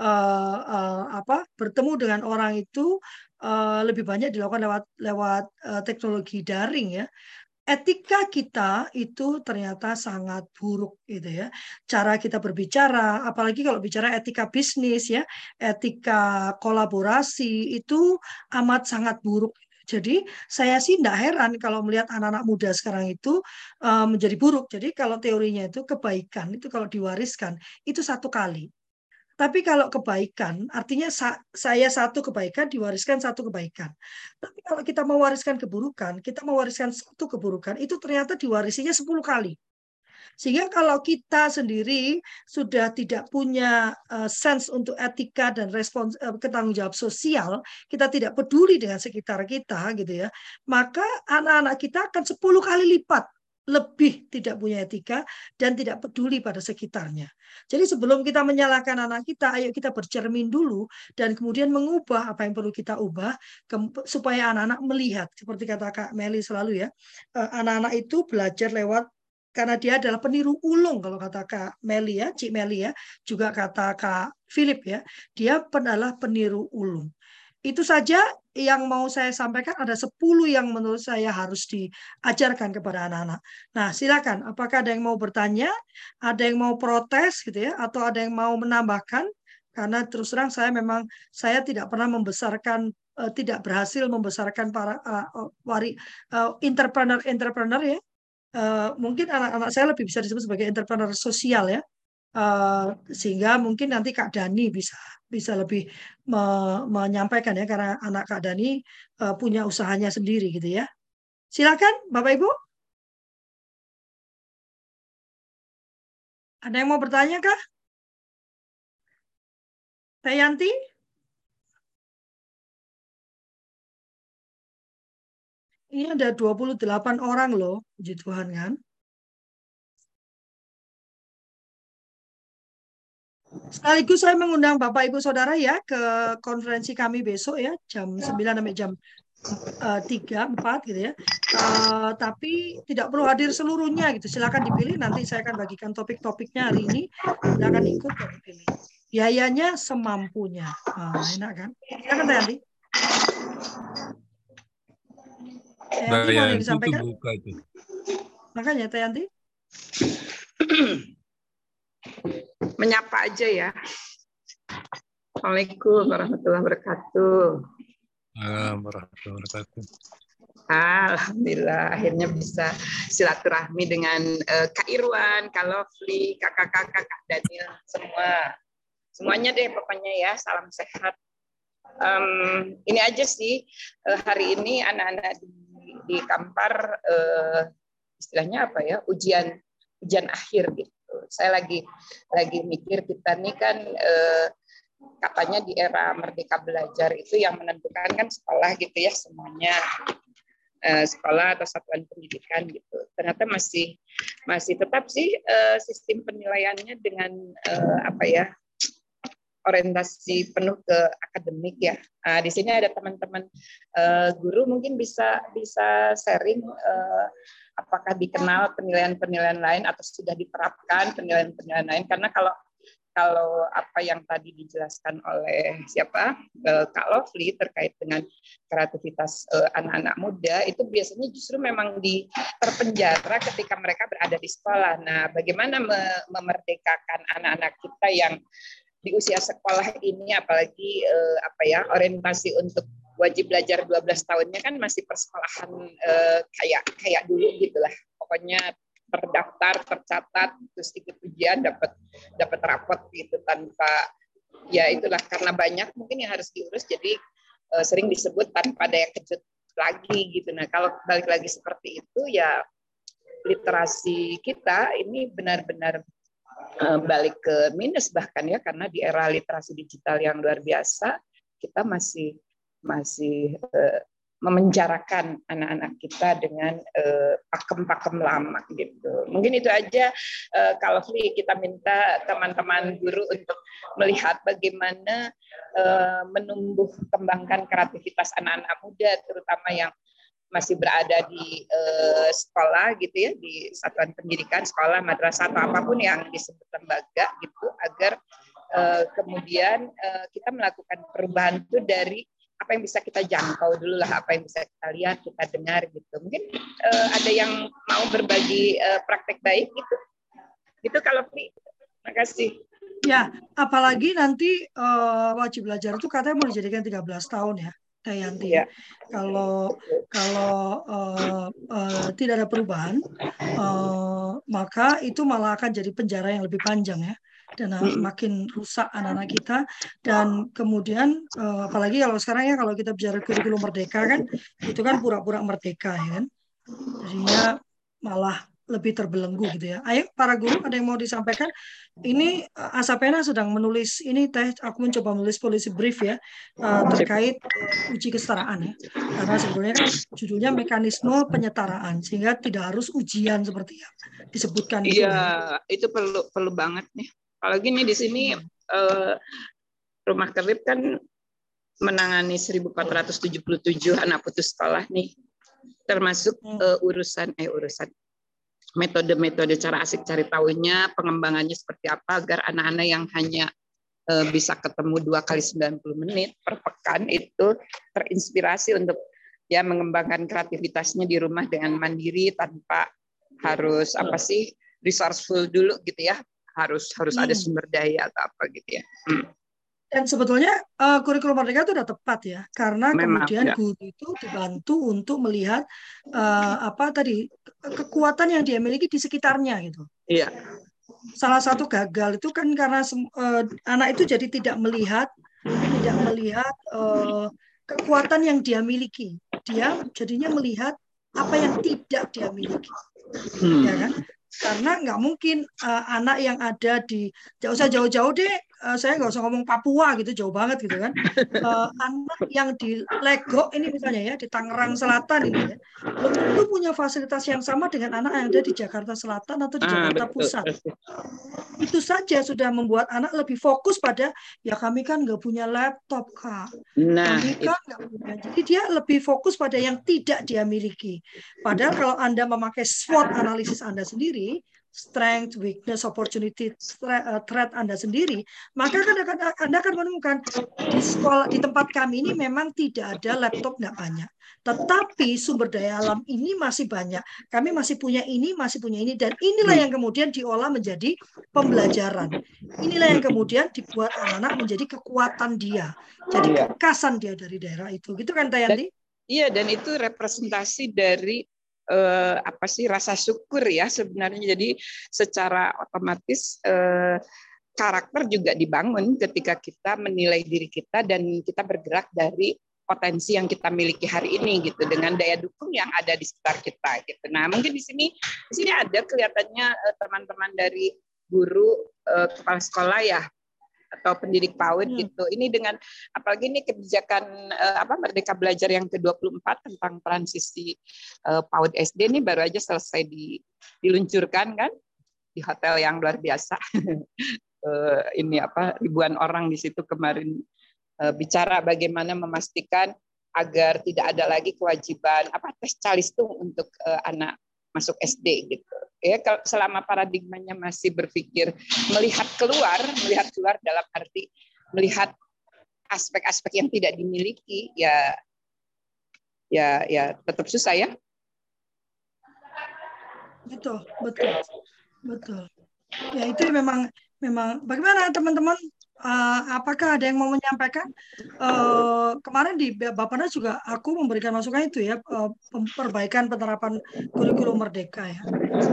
bertemu dengan orang itu lebih banyak dilakukan lewat lewat teknologi daring ya. Etika kita itu ternyata sangat buruk gitu ya. Cara kita berbicara, apalagi kalau bicara etika bisnis ya, etika kolaborasi itu amat sangat buruk. Jadi saya sih tidak heran kalau melihat anak-anak muda sekarang itu menjadi buruk. Jadi kalau teorinya itu kebaikan itu kalau diwariskan itu satu kali. Tapi kalau kebaikan, artinya saya satu kebaikan, diwariskan satu kebaikan. Tapi kalau kita mewariskan keburukan, kita mewariskan satu keburukan, itu ternyata diwarisinya 10 kali. Sehingga kalau kita sendiri sudah tidak punya sense untuk etika dan respons ketanggung jawab sosial, kita tidak peduli dengan sekitar kita gitu ya, maka anak-anak kita akan 10 kali lipat lebih tidak punya etika dan tidak peduli pada sekitarnya. Jadi sebelum kita menyalahkan anak kita, ayo kita bercermin dulu dan kemudian mengubah apa yang perlu kita ubah supaya anak-anak melihat seperti kata Kak Meli selalu ya, anak-anak itu belajar lewat karena dia adalah peniru ulung kalau kata Kak Meli ya, Cik Meli ya, juga kata Kak Philip ya, dia adalah peniru ulung. Itu saja yang mau saya sampaikan, ada 10 yang menurut saya harus diajarkan kepada anak-anak. Nah, silakan. Apakah ada yang mau bertanya, ada yang mau protes gitu ya, atau ada yang mau menambahkan? Karena terus terang saya tidak pernah membesarkan, tidak berhasil membesarkan para entrepreneur ya. Mungkin anak-anak saya lebih bisa disebut sebagai entrepreneur sosial ya. Eh, Sehingga mungkin nanti Kak Dani bisa bisa lebih menyampaikan ya, karena anak Kak Dani punya usahanya sendiri gitu ya. Silakan Bapak Ibu, ada yang mau bertanya kah? Teh Yanti? Ini ada 28 orang loh, puji Tuhan kan. Sekaligus saya mengundang Bapak Ibu Saudara ya ke konferensi kami besok ya, jam 9 sampai jam 3, 4 gitu ya. Tapi tidak perlu hadir seluruhnya gitu. Silakan dipilih, nanti saya akan bagikan topik-topiknya hari ini. Silakan ikut dan dipilih. Biayanya semampunya. Enak kan? Silakan Teh Yanti. Teh Yanti mau ada yang Dayanti itu disampaikan? buka itu. Makanya Teh Yanti. Menyapa aja ya. Assalamualaikum warahmatullahi wabarakatuh. Warahmatullahi wabarakatuh. Alhamdulillah akhirnya bisa silaturahmi dengan Kak Irwan, Kak Lovely, kakak-kakak, Kak Daniel, semuanya deh pokoknya ya. Salam sehat. Ini aja sih hari ini anak-anak di Kampar istilahnya apa ya, ujian akhir gitu. Saya lagi mikir, kita nih kan katanya di era Merdeka Belajar itu yang menentukan kan sekolah gitu ya, semuanya sekolah atau satuan pendidikan gitu. Ternyata masih tetap sih sistem penilaiannya dengan apa ya, orientasi penuh ke akademik ya. Di sini ada teman-teman guru mungkin bisa sharing apakah dikenal penilaian-penilaian lain atau sudah diterapkan penilaian-penilaian lain, karena kalau apa yang tadi dijelaskan oleh Kak Lovely terkait dengan kreativitas anak-anak muda itu biasanya justru memang terpenjara ketika mereka berada di sekolah. Nah, bagaimana memerdekakan anak-anak kita yang di usia sekolah ini, apalagi orientasi untuk wajib belajar 12 tahunnya kan masih persekolahan kayak dulu gitulah. Pokoknya terdaftar, tercatat, terus ikut ujian, dapat rapot gitu tanpa, ya itulah, karena banyak mungkin yang harus diurus, jadi sering disebut tanpa daya kejut lagi gitu. Nah, kalau balik lagi seperti itu ya, literasi kita ini benar-benar balik ke minus bahkan ya, karena di era literasi digital yang luar biasa kita masih memenjarakan anak-anak kita dengan pakem-pakem lama gitu. Mungkin itu aja. Kalau kita minta teman-teman guru untuk melihat bagaimana menumbuh kembangkan kreativitas anak-anak muda, terutama yang masih berada di sekolah gitu ya, di satuan pendidikan, sekolah, madrasah atau apapun yang disebut lembaga gitu, agar kemudian kita melakukan perubahan itu dari apa yang bisa kita jangkau dulu lah, apa yang bisa kita lihat, kita dengar gitu. Mungkin ada yang mau berbagi praktek baik gitu. Itu kalau terima kasih. Ya, apalagi nanti wajib belajar itu katanya mau dijadikan 13 tahun ya, Teh Yanti. Ya. Kalau tidak ada perubahan, maka itu malah akan jadi penjara yang lebih panjang ya, dan makin rusak anak-anak kita. Dan kemudian apalagi kalau sekarang ya, kalau kita bicara kurikulum merdeka kan, itu kan pura-pura merdeka ya kan, jadinya malah lebih terbelenggu gitu ya. Ayo para guru, ada yang mau disampaikan? Ini Asapena sedang menulis ini, Teh, aku mencoba menulis policy brief ya terkait uji kesetaraan ya. Karena sebetulnya kan judulnya mekanisme penyetaraan, sehingga tidak harus ujian seperti yang disebutkan itu. Iya, itu perlu banget nih. Kalau gini di sini Rumah Kebib kan menangani 1477 anak putus sekolah nih, termasuk urusan metode-metode cara asik cari tahunya, pengembangannya seperti apa agar anak-anak yang hanya bisa ketemu 2 kali 90 menit per pekan itu terinspirasi untuk ya mengembangkan kreativitasnya di rumah dengan mandiri tanpa harus resourceful dulu gitu ya, harus ada sumber daya atau apa gitu ya. Dan sebetulnya kurikulum Merdeka itu sudah tepat ya, karena Memang, kemudian ya. guru itu dibantu untuk melihat kekuatan yang dia miliki di sekitarnya gitu. Iya. Salah satu gagal itu kan karena anak itu jadi tidak melihat kekuatan yang dia miliki. Dia jadinya melihat apa yang tidak dia miliki, ya kan? Karena nggak mungkin anak yang ada di jauh-jauh deh, saya nggak usah ngomong Papua gitu, jauh banget gitu kan. Anak yang di Legok ini misalnya ya, di Tangerang Selatan ini ya, belum tentu punya fasilitas yang sama dengan anak yang ada di Jakarta Selatan atau di Jakarta Pusat. Itu saja sudah membuat anak lebih fokus pada, ya kami kan nggak punya laptop, Kak. Kami kan nggak punya. Jadi dia lebih fokus pada yang tidak dia miliki. Padahal kalau Anda memakai SWOT analisis Anda sendiri, strength, weakness, opportunity, threat Anda sendiri, maka Anda akan menemukan di sekolah, di tempat kami ini memang tidak ada laptop, nggak banyak. Tetapi sumber daya alam ini masih banyak. Kami masih punya ini, dan inilah yang kemudian diolah menjadi pembelajaran. Inilah yang kemudian dibuat anak-anak menjadi kekuatan dia, jadi kekasan dia dari daerah itu. Gitu kan, Tayanti? Iya, dan itu representasi dari rasa syukur ya sebenarnya. Jadi secara otomatis karakter juga dibangun ketika kita menilai diri kita dan kita bergerak dari potensi yang kita miliki hari ini gitu, dengan daya dukung yang ada di sekitar kita gitu. Nah, mungkin di sini ada kelihatannya teman-teman dari guru, kepala sekolah ya, atau pendidik PAUD gitu. Ini dengan apalagi ini kebijakan Merdeka Belajar yang ke-24 tentang transisi PAUD SD ini baru aja selesai diluncurkan kan di hotel yang luar biasa. Ribuan orang di situ kemarin bicara bagaimana memastikan agar tidak ada lagi kewajiban tes calistung untuk anak masuk SD gitu. Ya, selama paradigmanya masih berpikir melihat keluar dalam arti melihat aspek-aspek yang tidak dimiliki, ya tetap susah ya. Betul. Ya itu memang bagaimana teman-teman? Apakah ada yang mau menyampaikan? Kemarin di Bappenas juga aku memberikan masukan itu ya, perbaikan penerapan kurikulum Merdeka ya.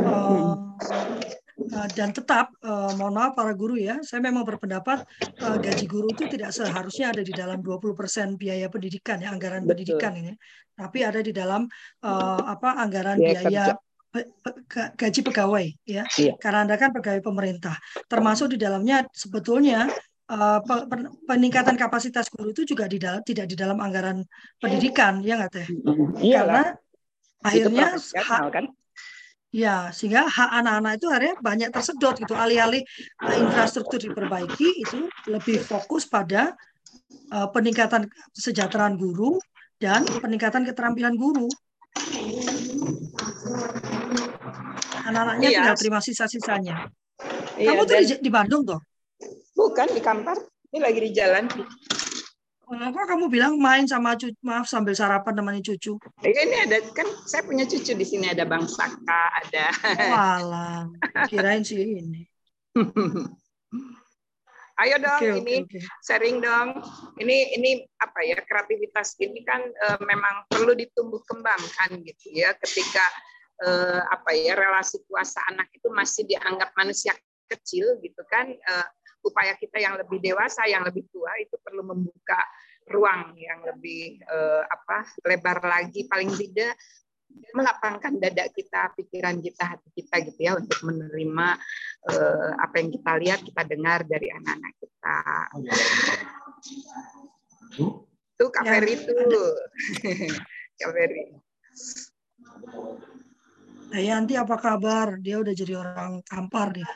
Dan tetap, mohon maaf para guru ya, saya memang berpendapat gaji guru itu tidak seharusnya ada di dalam 20% biaya pendidikan ya, anggaran pendidikan ini, tapi ada di dalam anggaran biaya gaji pegawai ya, karena Anda kan pegawai pemerintah, termasuk di dalamnya sebetulnya peningkatan kapasitas guru itu juga tidak di dalam anggaran pendidikan ya nggak Teh? Karena akhirnya sehingga hak anak-anak itu akhirnya banyak tersedot gitu, alih-alih infrastruktur diperbaiki, itu lebih fokus pada peningkatan kesejahteraan guru dan peningkatan keterampilan guru. Anak-anaknya tinggal terima sisa-sisanya. Kamu tuh di Bandung toh? Bukan, di Kampar. Ini lagi di jalan. Kok kamu bilang main sama cucu, maaf sambil sarapan nemani cucu? Ini ada kan, saya punya cucu di sini, ada Bang Saka, ada. Walah, kirain sih ini. Ayo dong, sharing dong. Ini kreativitas ini kan memang perlu ditumbuh kembangkan gitu ya. Ketika relasi kuasa anak itu masih dianggap manusia kecil gitu kan. Upaya kita yang lebih dewasa, yang lebih tua itu perlu membuka ruang yang lebih lebar lagi, paling tidak melapangkan dada kita, pikiran kita, hati kita gitu ya, untuk menerima apa yang kita lihat, kita dengar dari anak-anak kita. Tuh Kak Ferry tuh. Kak Ferry. Yanti apa kabar? Dia udah jadi orang Kampar dia.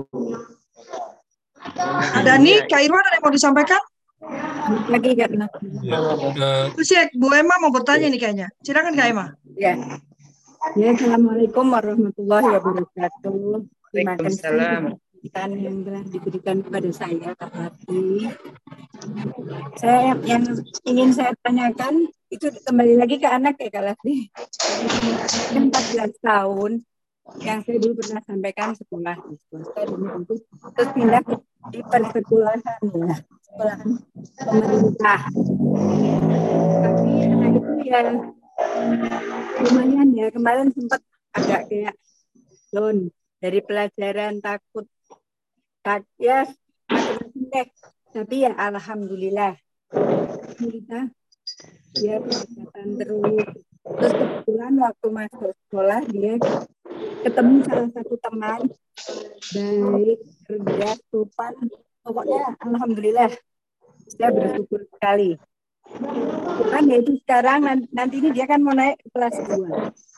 Ada nih, Kak Irwan ada yang mau disampaikan? Lagi nggak benar. Terus ya, Bu Emma mau bertanya nih kayaknya. Silakan Kak Emma. Ya. Ya, Assalamualaikum warahmatullahi wabarakatuh. Terima kasih Waalaikumsalam. kesempatan yang telah diberikan kepada saya, Kak Lati. Saya yang ingin saya tanyakan itu kembali lagi ke anak ya, Kak Lati. Yang 14 tahun yang saya dulu pernah sampaikan sekolah di swasta dan itu terus pindah di persekolahan ya, sekolahan pemerintah. Tapi anak itu ya lumayan ya, kemarin sempat agak kayak down dari pelajaran takut ya macam-macam deh. Tapi ya alhamdulillah kita dia persiapan terus. Terus kebetulan waktu masuk sekolah dia ketemu salah satu teman baik, cerdas, sopan. Pokoknya alhamdulillah saya bersyukur sekali. Kan ya itu sekarang nanti ini dia kan mau naik ke kelas 2.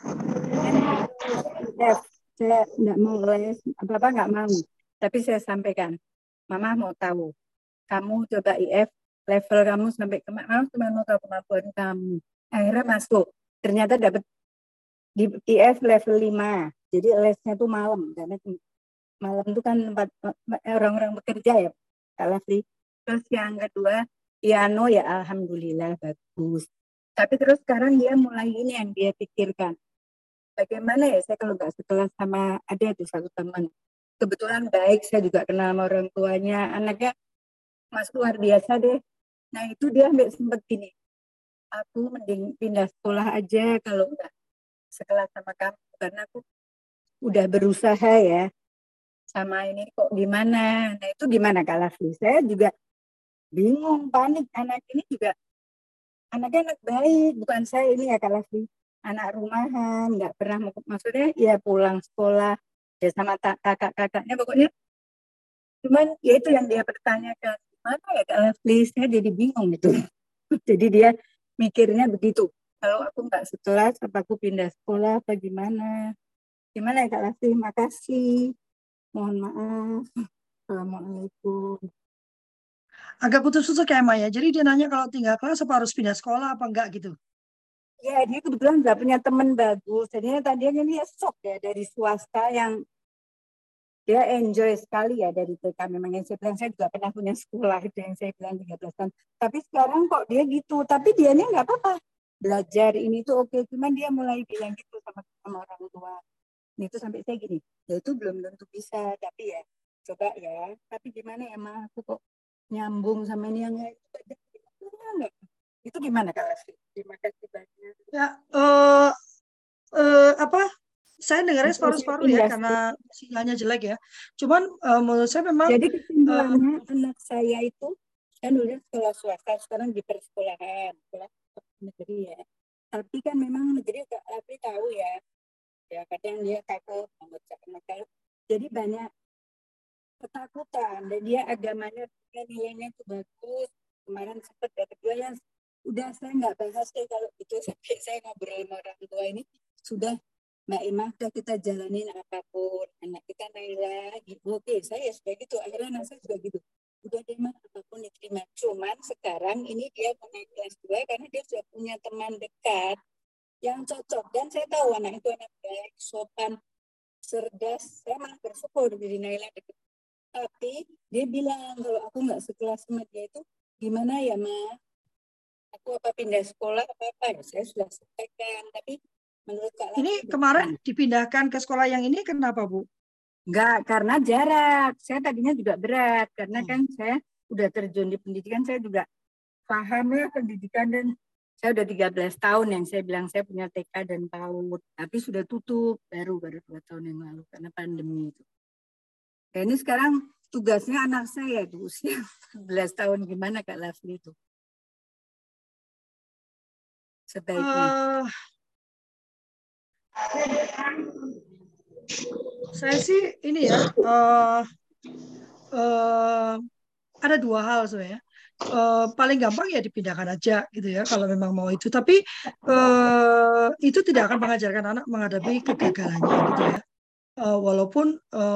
Saya nggak mau les, apa-apa nggak mau. Tapi saya sampaikan, Mama mau tahu, kamu coba IF, level kamu sampai kemana, cuma mau tahu kemampuan kamu. Akhirnya masuk, ternyata dapat di IF level 5. Jadi lesnya tuh malam, karena malam itu kan tempat orang-orang bekerja ya, Kak Lafli. Terus yang kedua, piano ya alhamdulillah bagus. Tapi terus sekarang dia mulai ini yang dia pikirkan. Bagaimana ya saya kalau nggak sekelas sama ada tuh satu teman. Kebetulan baik, saya juga kenal sama orang tuanya. Anaknya Mas luar biasa deh. Nah itu dia ambil sempat gini. Aku mending pindah sekolah aja kalau nggak sekelas sama kamu. Karena aku udah berusaha ya. Sama ini kok gimana. Nah itu gimana Kak Lafli? Saya juga bingung, panik. Anak ini juga anaknya anak baik. Bukan saya ini ya Kak Lafli. Anak rumahan, nggak pernah maksudnya ya pulang sekolah ya sama kakak-kakaknya pokoknya. Cuman ya itu yang dia pertanyakan, gimana ya Kak Lafli? Saya jadi bingung gitu. Jadi dia mikirnya begitu. Kalau aku nggak sekelas, apa aku pindah sekolah, apa gimana? Gimana ya Kak Lafli? Makasih. Mohon maaf. Assalamualaikum. Agak putus-putus kayak Maya. Jadi dia nanya kalau tinggal kelas apa harus pindah sekolah apa enggak gitu. Ya, dia kebetulan nggak punya teman bagus. Jadinya tadinya dia shock ya dari swasta yang dia enjoy sekali ya dari TK. Memang yang saya bilang, saya juga pernah punya sekolah itu yang saya bilang 13 tahun. Tapi sekarang kok dia gitu. Tapi dia ini nggak apa-apa. Belajar ini tuh oke. Cuman dia mulai bilang gitu sama orang tua. Ini tuh sampai saya gini, ya itu belum tentu bisa. Tapi ya coba ya. Tapi gimana ya Ma, aku kok nyambung sama ini yang enggak. Itu gimana Kak Lasri? Terima kasih banyak. Ya, apa? Saya dengarnya separuh-separuh ya karena sinyalnya jelek ya. Cuman menurut saya memang jadi kesimpulannya anak saya itu kan dulu sekolah swasta, sekarang di persekolahan, sekolah negeri ya. Tapi kan memang negeri tapi tahu ya kadang dia takut mengerjakan nakal. Jadi banyak ketakutan dan dia agamanya nilainya itu bagus. Kemarin sempat dapat 2 yang udah saya nggak bahas deh kalau itu sampai saya ngobrol sama orang tua ini sudah Mbak Ima udah kita jalanin apapun anak kita Naila gitu. Oke saya seperti itu akhirnya anak saya juga gitu udah deh Mak apapun diterima cuman sekarang ini dia mau naik kelas 2 karena dia sudah punya teman dekat yang cocok dan saya tahu anak itu anak baik sopan cerdas saya malah bersyukur jadi Naila deket tapi dia bilang kalau aku nggak sekelas sama dia itu gimana ya Ma aku apa pindah sekolah apa ya saya sudah sampaikan tapi menurut Kak Lati ini kemarin dipindahkan ke sekolah yang ini kenapa Bu? enggak karena jarak saya tadinya juga berat karena kan saya udah terjun di pendidikan saya juga paham ya pendidikan dan saya udah 13 tahun yang saya bilang saya punya TK dan PAUD tapi sudah tutup baru 2 tahun yang lalu karena pandemi itu. Dan ini sekarang tugasnya anak saya di usia 11 tahun gimana Kak Lafli itu? Sebaiknya. Saya sih ini ya ada 2 hal sebenarnya. Paling gampang ya dipindahkan aja gitu ya kalau memang mau itu. Tapi itu tidak akan mengajarkan anak menghadapi kegagalannya gitu ya. Walaupun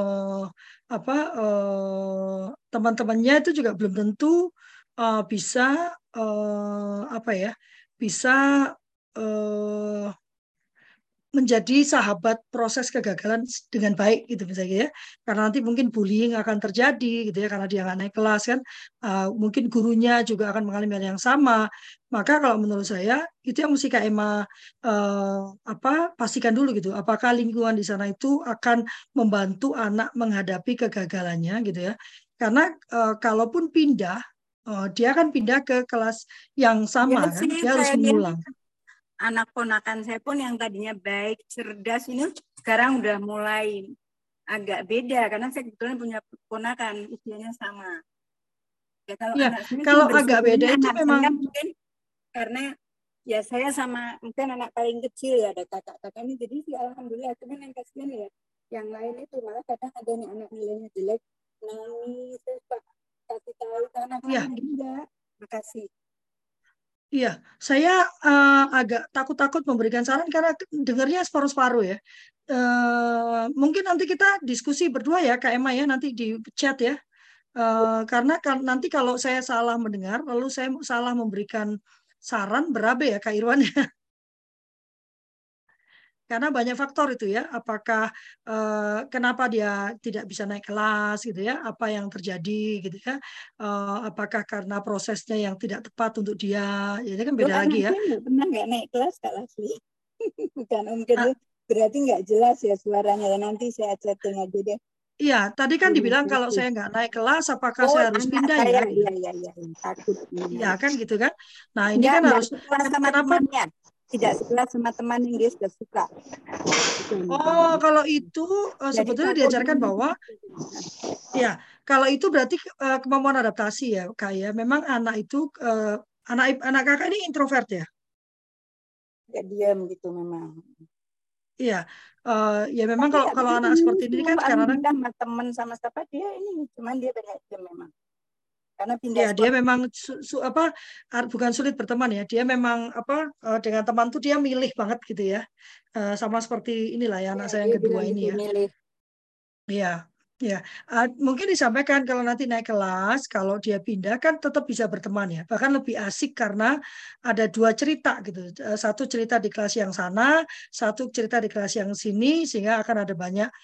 teman-temannya itu juga belum tentu bisa apa ya bisa menjadi sahabat proses kegagalan dengan baik gitu misalnya ya, karena nanti mungkin bullying akan terjadi gitu ya karena dia nggak naik kelas kan. Mungkin gurunya juga akan mengalami hal yang sama. Maka kalau menurut saya itu yang mesti Kak Emma pastikan dulu gitu, apakah lingkungan di sana itu akan membantu anak menghadapi kegagalannya gitu ya, karena kalaupun pindah, dia akan pindah ke kelas yang Ya sama kan, sih, dia harus saya lihat mengulang. anak ponakan saya pun yang tadinya baik, cerdas, ini sekarang udah mulai agak beda karena saya kebetulan punya ponakan usianya sama. Ya kalau Ya, anak saya kalau sih agak beda bersyukurnya itu anak memang saya mungkin karena ya saya sama mungkin anak paling kecil ya ada kakak-kakak ini jadi sih alhamdulillah, cuman yang kasihan ya yang lain itu malah kadang ada nih anak nilainya jelek nangis terus Pak kasih tahu ke anak ya. kamu enggak. Makasih. Iya, saya agak takut-takut memberikan saran karena dengarnya separuh-separuh ya. Mungkin nanti kita diskusi berdua ya, Kak Emma ya, nanti di chat ya. Karena nanti kalau saya salah mendengar, lalu saya salah memberikan saran, berabe ya Kak Irwan ya. Karena banyak faktor itu ya, apakah kenapa dia tidak bisa naik kelas gitu ya, apa yang terjadi gitu ya, apakah karena prosesnya yang tidak tepat untuk dia, jadi kan Loh, beda anak lagi ya. saya nggak naik kelas Kak Lasli. Bukan mungkin Ah, berarti nggak jelas ya suaranya ya nanti saya chatting aja deh. Iya, tadi kan Terima dibilang kalau kasih. saya nggak naik kelas, apakah Oh saya harus anak pindah ya? saya Gitu. iya takut. Iya kan gitu kan. Nah ini kan Enggak harus sekelas sama kenapa? temannya. Tidak sekelas sama teman yang dia sudah suka. Oh kalau itu Jadi sebetulnya takut diajarkan bahwa ya kalau itu berarti kemampuan adaptasi ya Kak ya. Memang anak itu anak kakak ini introvert ya. nggak diam gitu memang. Iya, ya memang Tapi kalau nggak kalau begitu anak seperti ini kan sekarang alhamdulillah sama teman sama siapa dia ini cuman dia banyak diam memang. Karena pindah ya dia sekolah. memang bukan sulit berteman ya. Dia memang dengan teman tuh dia milih banget gitu ya. Sama seperti inilah ya anak Ya, saya dia yang kedua bilang ini gitu ya. milih. Iya, ya. Mungkin disampaikan kalau nanti naik kelas, kalau dia pindah kan tetap bisa berteman ya. Bahkan lebih asik karena ada dua cerita gitu. Satu cerita di kelas yang sana, satu cerita di kelas yang sini, sehingga akan ada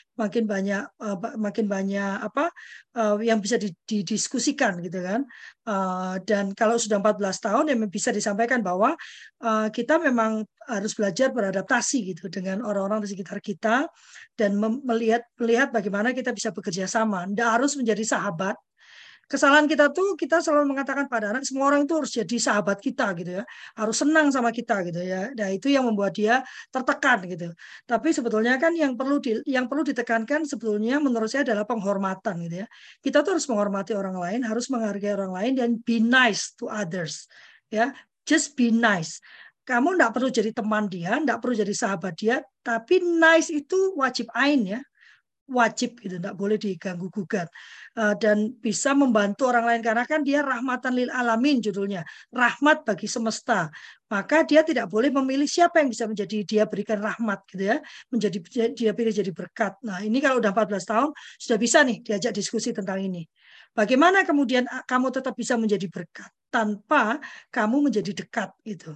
makin banyak yang bisa didiskusikan gitu kan. Dan kalau sudah 14 tahun ya bisa disampaikan bahwa kita memang harus belajar beradaptasi gitu dengan orang-orang di sekitar kita dan melihat bagaimana kita bisa bekerja sama. Tidak harus menjadi sahabat. Kesalahan kita tuh kita selalu mengatakan pada anak semua orang itu harus jadi sahabat kita gitu ya, harus senang sama kita gitu ya. Nah itu yang membuat dia tertekan gitu. Tapi sebetulnya kan yang perlu ditekankan sebetulnya menurut saya adalah penghormatan gitu ya. Kita tuh harus menghormati orang lain, harus menghargai orang lain dan be nice to others ya. Just be nice. Kamu tidak perlu jadi teman dia, tidak perlu jadi sahabat dia, tapi nice itu wajib ain ya, wajib gitu, tidak boleh diganggu gugat. Dan bisa membantu orang lain karena kan dia rahmatan lil alamin judulnya, rahmat bagi semesta. Maka dia tidak boleh memilih siapa yang bisa menjadi dia berikan rahmat gitu ya, dia pilih jadi berkat. Nah ini kalau udah 14 tahun sudah bisa nih diajak diskusi tentang ini. Bagaimana kemudian kamu tetap bisa menjadi berkat tanpa kamu menjadi dekat gitu.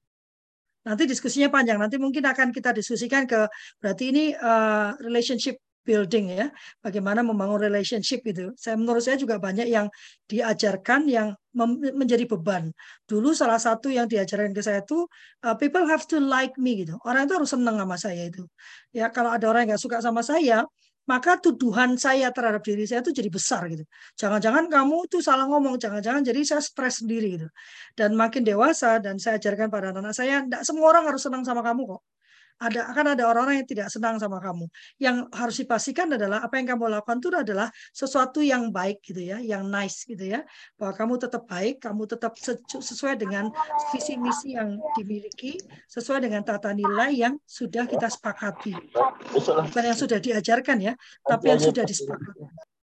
Nanti diskusinya panjang. Nanti mungkin akan kita diskusikan berarti ini relationship building ya. Bagaimana membangun relationship itu. Menurut saya juga banyak yang diajarkan yang menjadi beban. Dulu salah satu yang diajarkan ke saya itu people have to like me gitu. Orang itu harus senang sama saya itu. Ya kalau ada orang yang nggak suka sama saya, maka tuduhan saya terhadap diri saya itu jadi besar gitu. Jangan-jangan kamu itu salah ngomong, jangan-jangan jadi saya stres sendiri gitu. Dan makin dewasa dan saya ajarkan pada anak-anak saya, tidak semua orang harus senang sama kamu kok. Akan ada orang-orang yang tidak senang sama kamu. Yang harus dipastikan adalah apa yang kamu lakukan itu adalah sesuatu yang baik gitu ya, yang nice gitu ya. Bahwa kamu tetap baik, kamu tetap sesuai dengan visi misi yang dimiliki, sesuai dengan tata nilai yang sudah kita sepakati. Bukan yang sudah diajarkan ya, tapi yang sudah disepakati.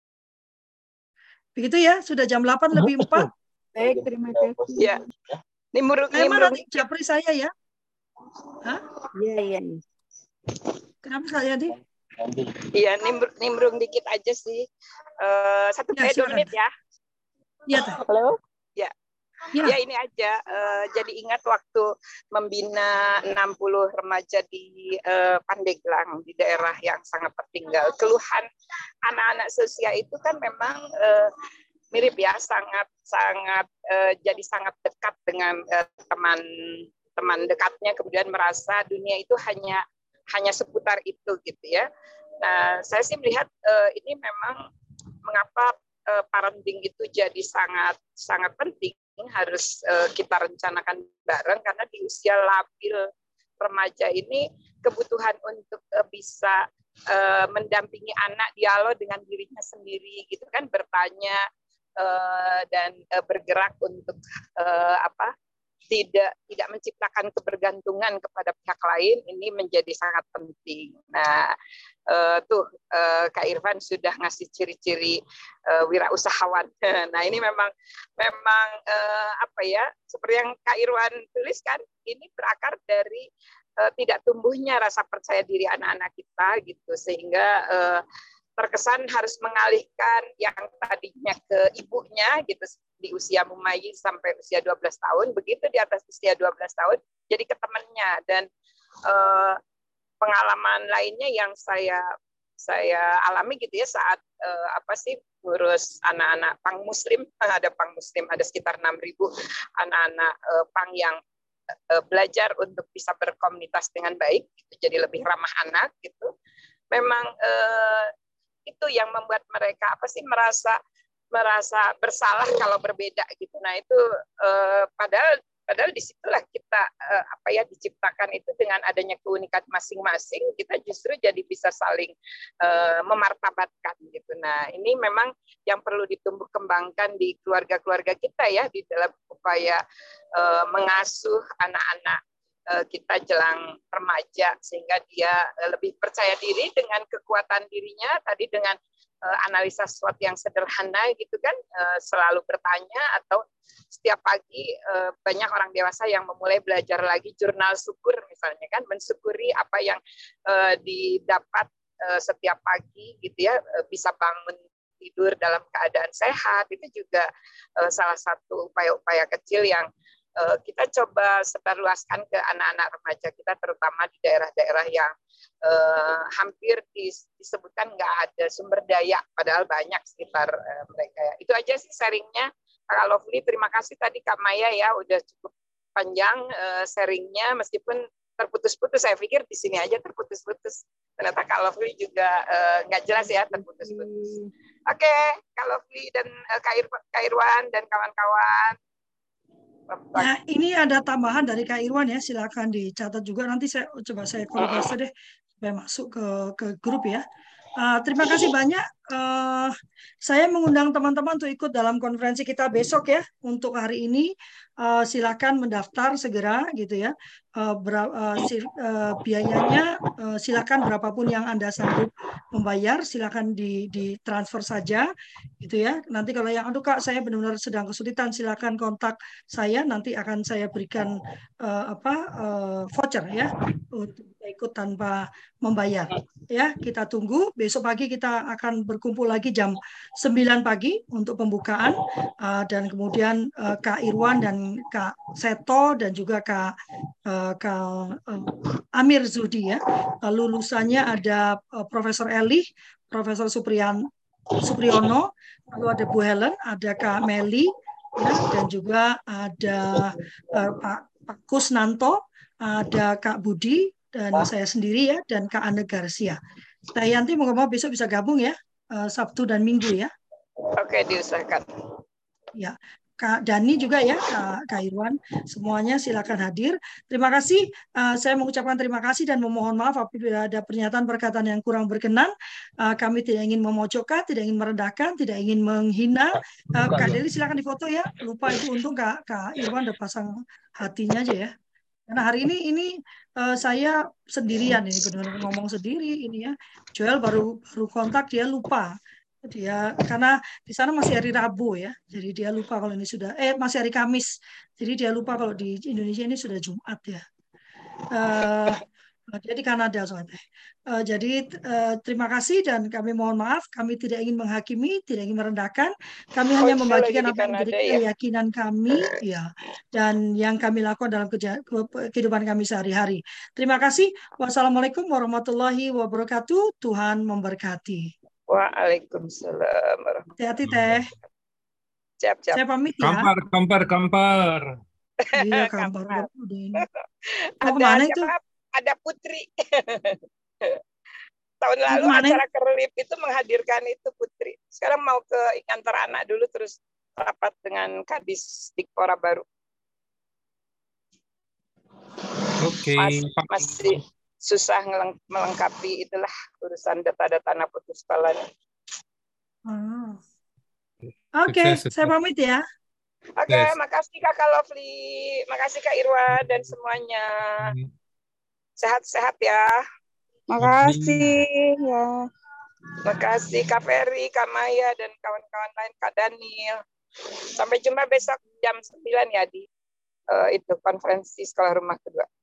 Begitu ya, sudah jam 8:04. Baik, terima kasih. Ya. Nimbrung nanti japri saya ya. Hah? Iya. Kenapa sekali Yanti? Iya, nimbrung dikit aja sih. 1 Ya, 2 menit ya. Iya, Teh. Halo? Ya. Ya. Ya ini aja, jadi ingat waktu membina 60 remaja di Pandeglang, di daerah yang sangat tertinggal. Keluhan anak-anak seusia itu kan memang mirip ya, sangat jadi sangat dekat dengan teman dekatnya, kemudian merasa dunia itu hanya seputar itu gitu ya. Nah, saya sih melihat ini memang mengapa parenting itu jadi sangat penting, harus kita rencanakan bareng, karena di usia labil remaja ini kebutuhan untuk bisa mendampingi anak dialog dengan dirinya sendiri gitu kan, bertanya dan bergerak untuk tidak menciptakan kebergantungan kepada pihak lain, ini menjadi sangat penting. Nah, Kak Irfan sudah ngasih ciri-ciri wirausahawan. Nah, ini memang seperti yang Kak Irwan tuliskan, ini berakar dari tidak tumbuhnya rasa percaya diri anak-anak kita gitu, sehingga terkesan harus mengalihkan yang tadinya ke ibunya gitu di usia mumayyiz sampai usia 12 tahun, begitu di atas usia 12 tahun jadi ke temannya. Dan pengalaman lainnya yang saya alami gitu ya, saat ngurus anak-anak pang muslim, ada sekitar 6.000 anak-anak pang yang belajar untuk bisa berkomunitas dengan baik gitu, jadi lebih ramah anak gitu. Memang itu yang membuat mereka merasa bersalah kalau berbeda gitu. Nah, itu padahal disitulah kita diciptakan itu dengan adanya keunikan masing-masing, kita justru jadi bisa saling memartabatkan gitu. Nah, ini memang yang perlu ditumbuh kembangkan di keluarga-keluarga kita ya, di dalam upaya mengasuh anak-anak kita jelang remaja, sehingga dia lebih percaya diri dengan kekuatan dirinya, tadi dengan analisa sesuatu yang sederhana gitu kan, selalu bertanya, atau setiap pagi banyak orang dewasa yang memulai belajar lagi jurnal syukur misalnya kan, mensyukuri apa yang didapat setiap pagi gitu ya, bisa bangun tidur dalam keadaan sehat, itu juga salah satu upaya-upaya kecil yang kita coba sebarluaskan ke anak-anak remaja kita, terutama di daerah-daerah yang hampir disebutkan nggak ada sumber daya, padahal banyak sekitar mereka. Itu aja sih sharingnya, Kak Lovely. Terima kasih tadi Kak Maya ya, udah cukup panjang sharingnya, meskipun terputus-putus. Saya pikir di sini aja terputus-putus, ternyata Kak Lovely juga nggak jelas ya, terputus-putus. Oke, Kak Lovely dan Kak Irwan dan kawan-kawan. Nah, ini ada tambahan dari Kak Irwan ya, silakan dicatat juga, nanti saya kolase deh supaya masuk ke grup ya. Terima kasih banyak. Saya mengundang teman-teman untuk ikut dalam konferensi kita besok ya. Untuk hari ini silakan mendaftar segera gitu ya. Biayanya silakan berapapun yang Anda sanggup membayar, silakan ditransfer saja gitu ya. Nanti kalau yang aduh Kak, saya benar-benar sedang kesulitan, silakan kontak saya, nanti akan saya berikan voucher ya untuk ikut tanpa membayar ya. Kita tunggu besok pagi, kita akan berkumpul lagi jam 9 pagi untuk pembukaan, dan kemudian Kak Irwan dan Kak Seto dan juga Kak Amir Zudi ya. Lulusannya ada Profesor Eli, Profesor Supriyono, lalu ada Bu Helen, ada Kak Meli ya, dan juga ada Pak Kusnanto, ada Kak Budi, dan saya sendiri ya, dan Kak Anne Garcia. Teh Yanti mau besok bisa gabung ya, Sabtu dan Minggu ya. Oke, diusahakan. Ya, Kak Dani juga ya, Kak Irwan, semuanya silakan hadir. Terima kasih. Saya mengucapkan terima kasih dan memohon maaf apabila ada pernyataan perkataan yang kurang berkenan. Kami tidak ingin memojokkan, tidak ingin merendahkan, tidak ingin menghina. Kak Deli silakan difoto ya. Lupa itu, untung Kak Irwan udah pasang hatinya aja ya. Karena hari ini saya sendirian, ini benar-benar ngomong sendiri ini ya. Joel baru kontak, dia lupa. Dia karena di sana masih hari Rabu ya, jadi dia lupa kalau ini sudah masih hari Kamis, jadi dia lupa kalau di Indonesia ini sudah Jumat ya. Dia di Kanada soalnya. Jadi terima kasih dan kami mohon maaf, kami tidak ingin menghakimi, tidak ingin merendahkan. Kami Oh, hanya dia lagi membagikan di apa yang menjadi Kanada ya. keyakinan kami, ya, dan yang kami lakukan dalam kehidupan kami sehari-hari. Terima kasih. Wassalamualaikum warahmatullahi wabarakatuh. Tuhan memberkati. Waalaikumsalam warahmatullahi Hati-hati Teh. Siap. Saya pamit ya. Kampar. Iya, kampar Kampar. udah ini. Mau Ada kemana itu? siapa? Ada Putri. Tahun Mau lalu kemana? acara Kerlip itu menghadirkan itu Putri. Sekarang mau ke ngantar anak dulu terus rapat dengan Kadis Dikpora baru. Oke. Masih susah melengkapi itulah urusan data-data anak putus sekolah. Oke, Sukses. saya pamit ya. Oke, makasih Kakak Lovely, makasih Kak Irwan dan semuanya. Sehat-sehat ya. Makasih ya. Makasih Kak Ferry, Kak Maya dan kawan-kawan lain, Kak Daniel. Sampai jumpa besok jam 9 ya di itu konferensi sekolah rumah kedua.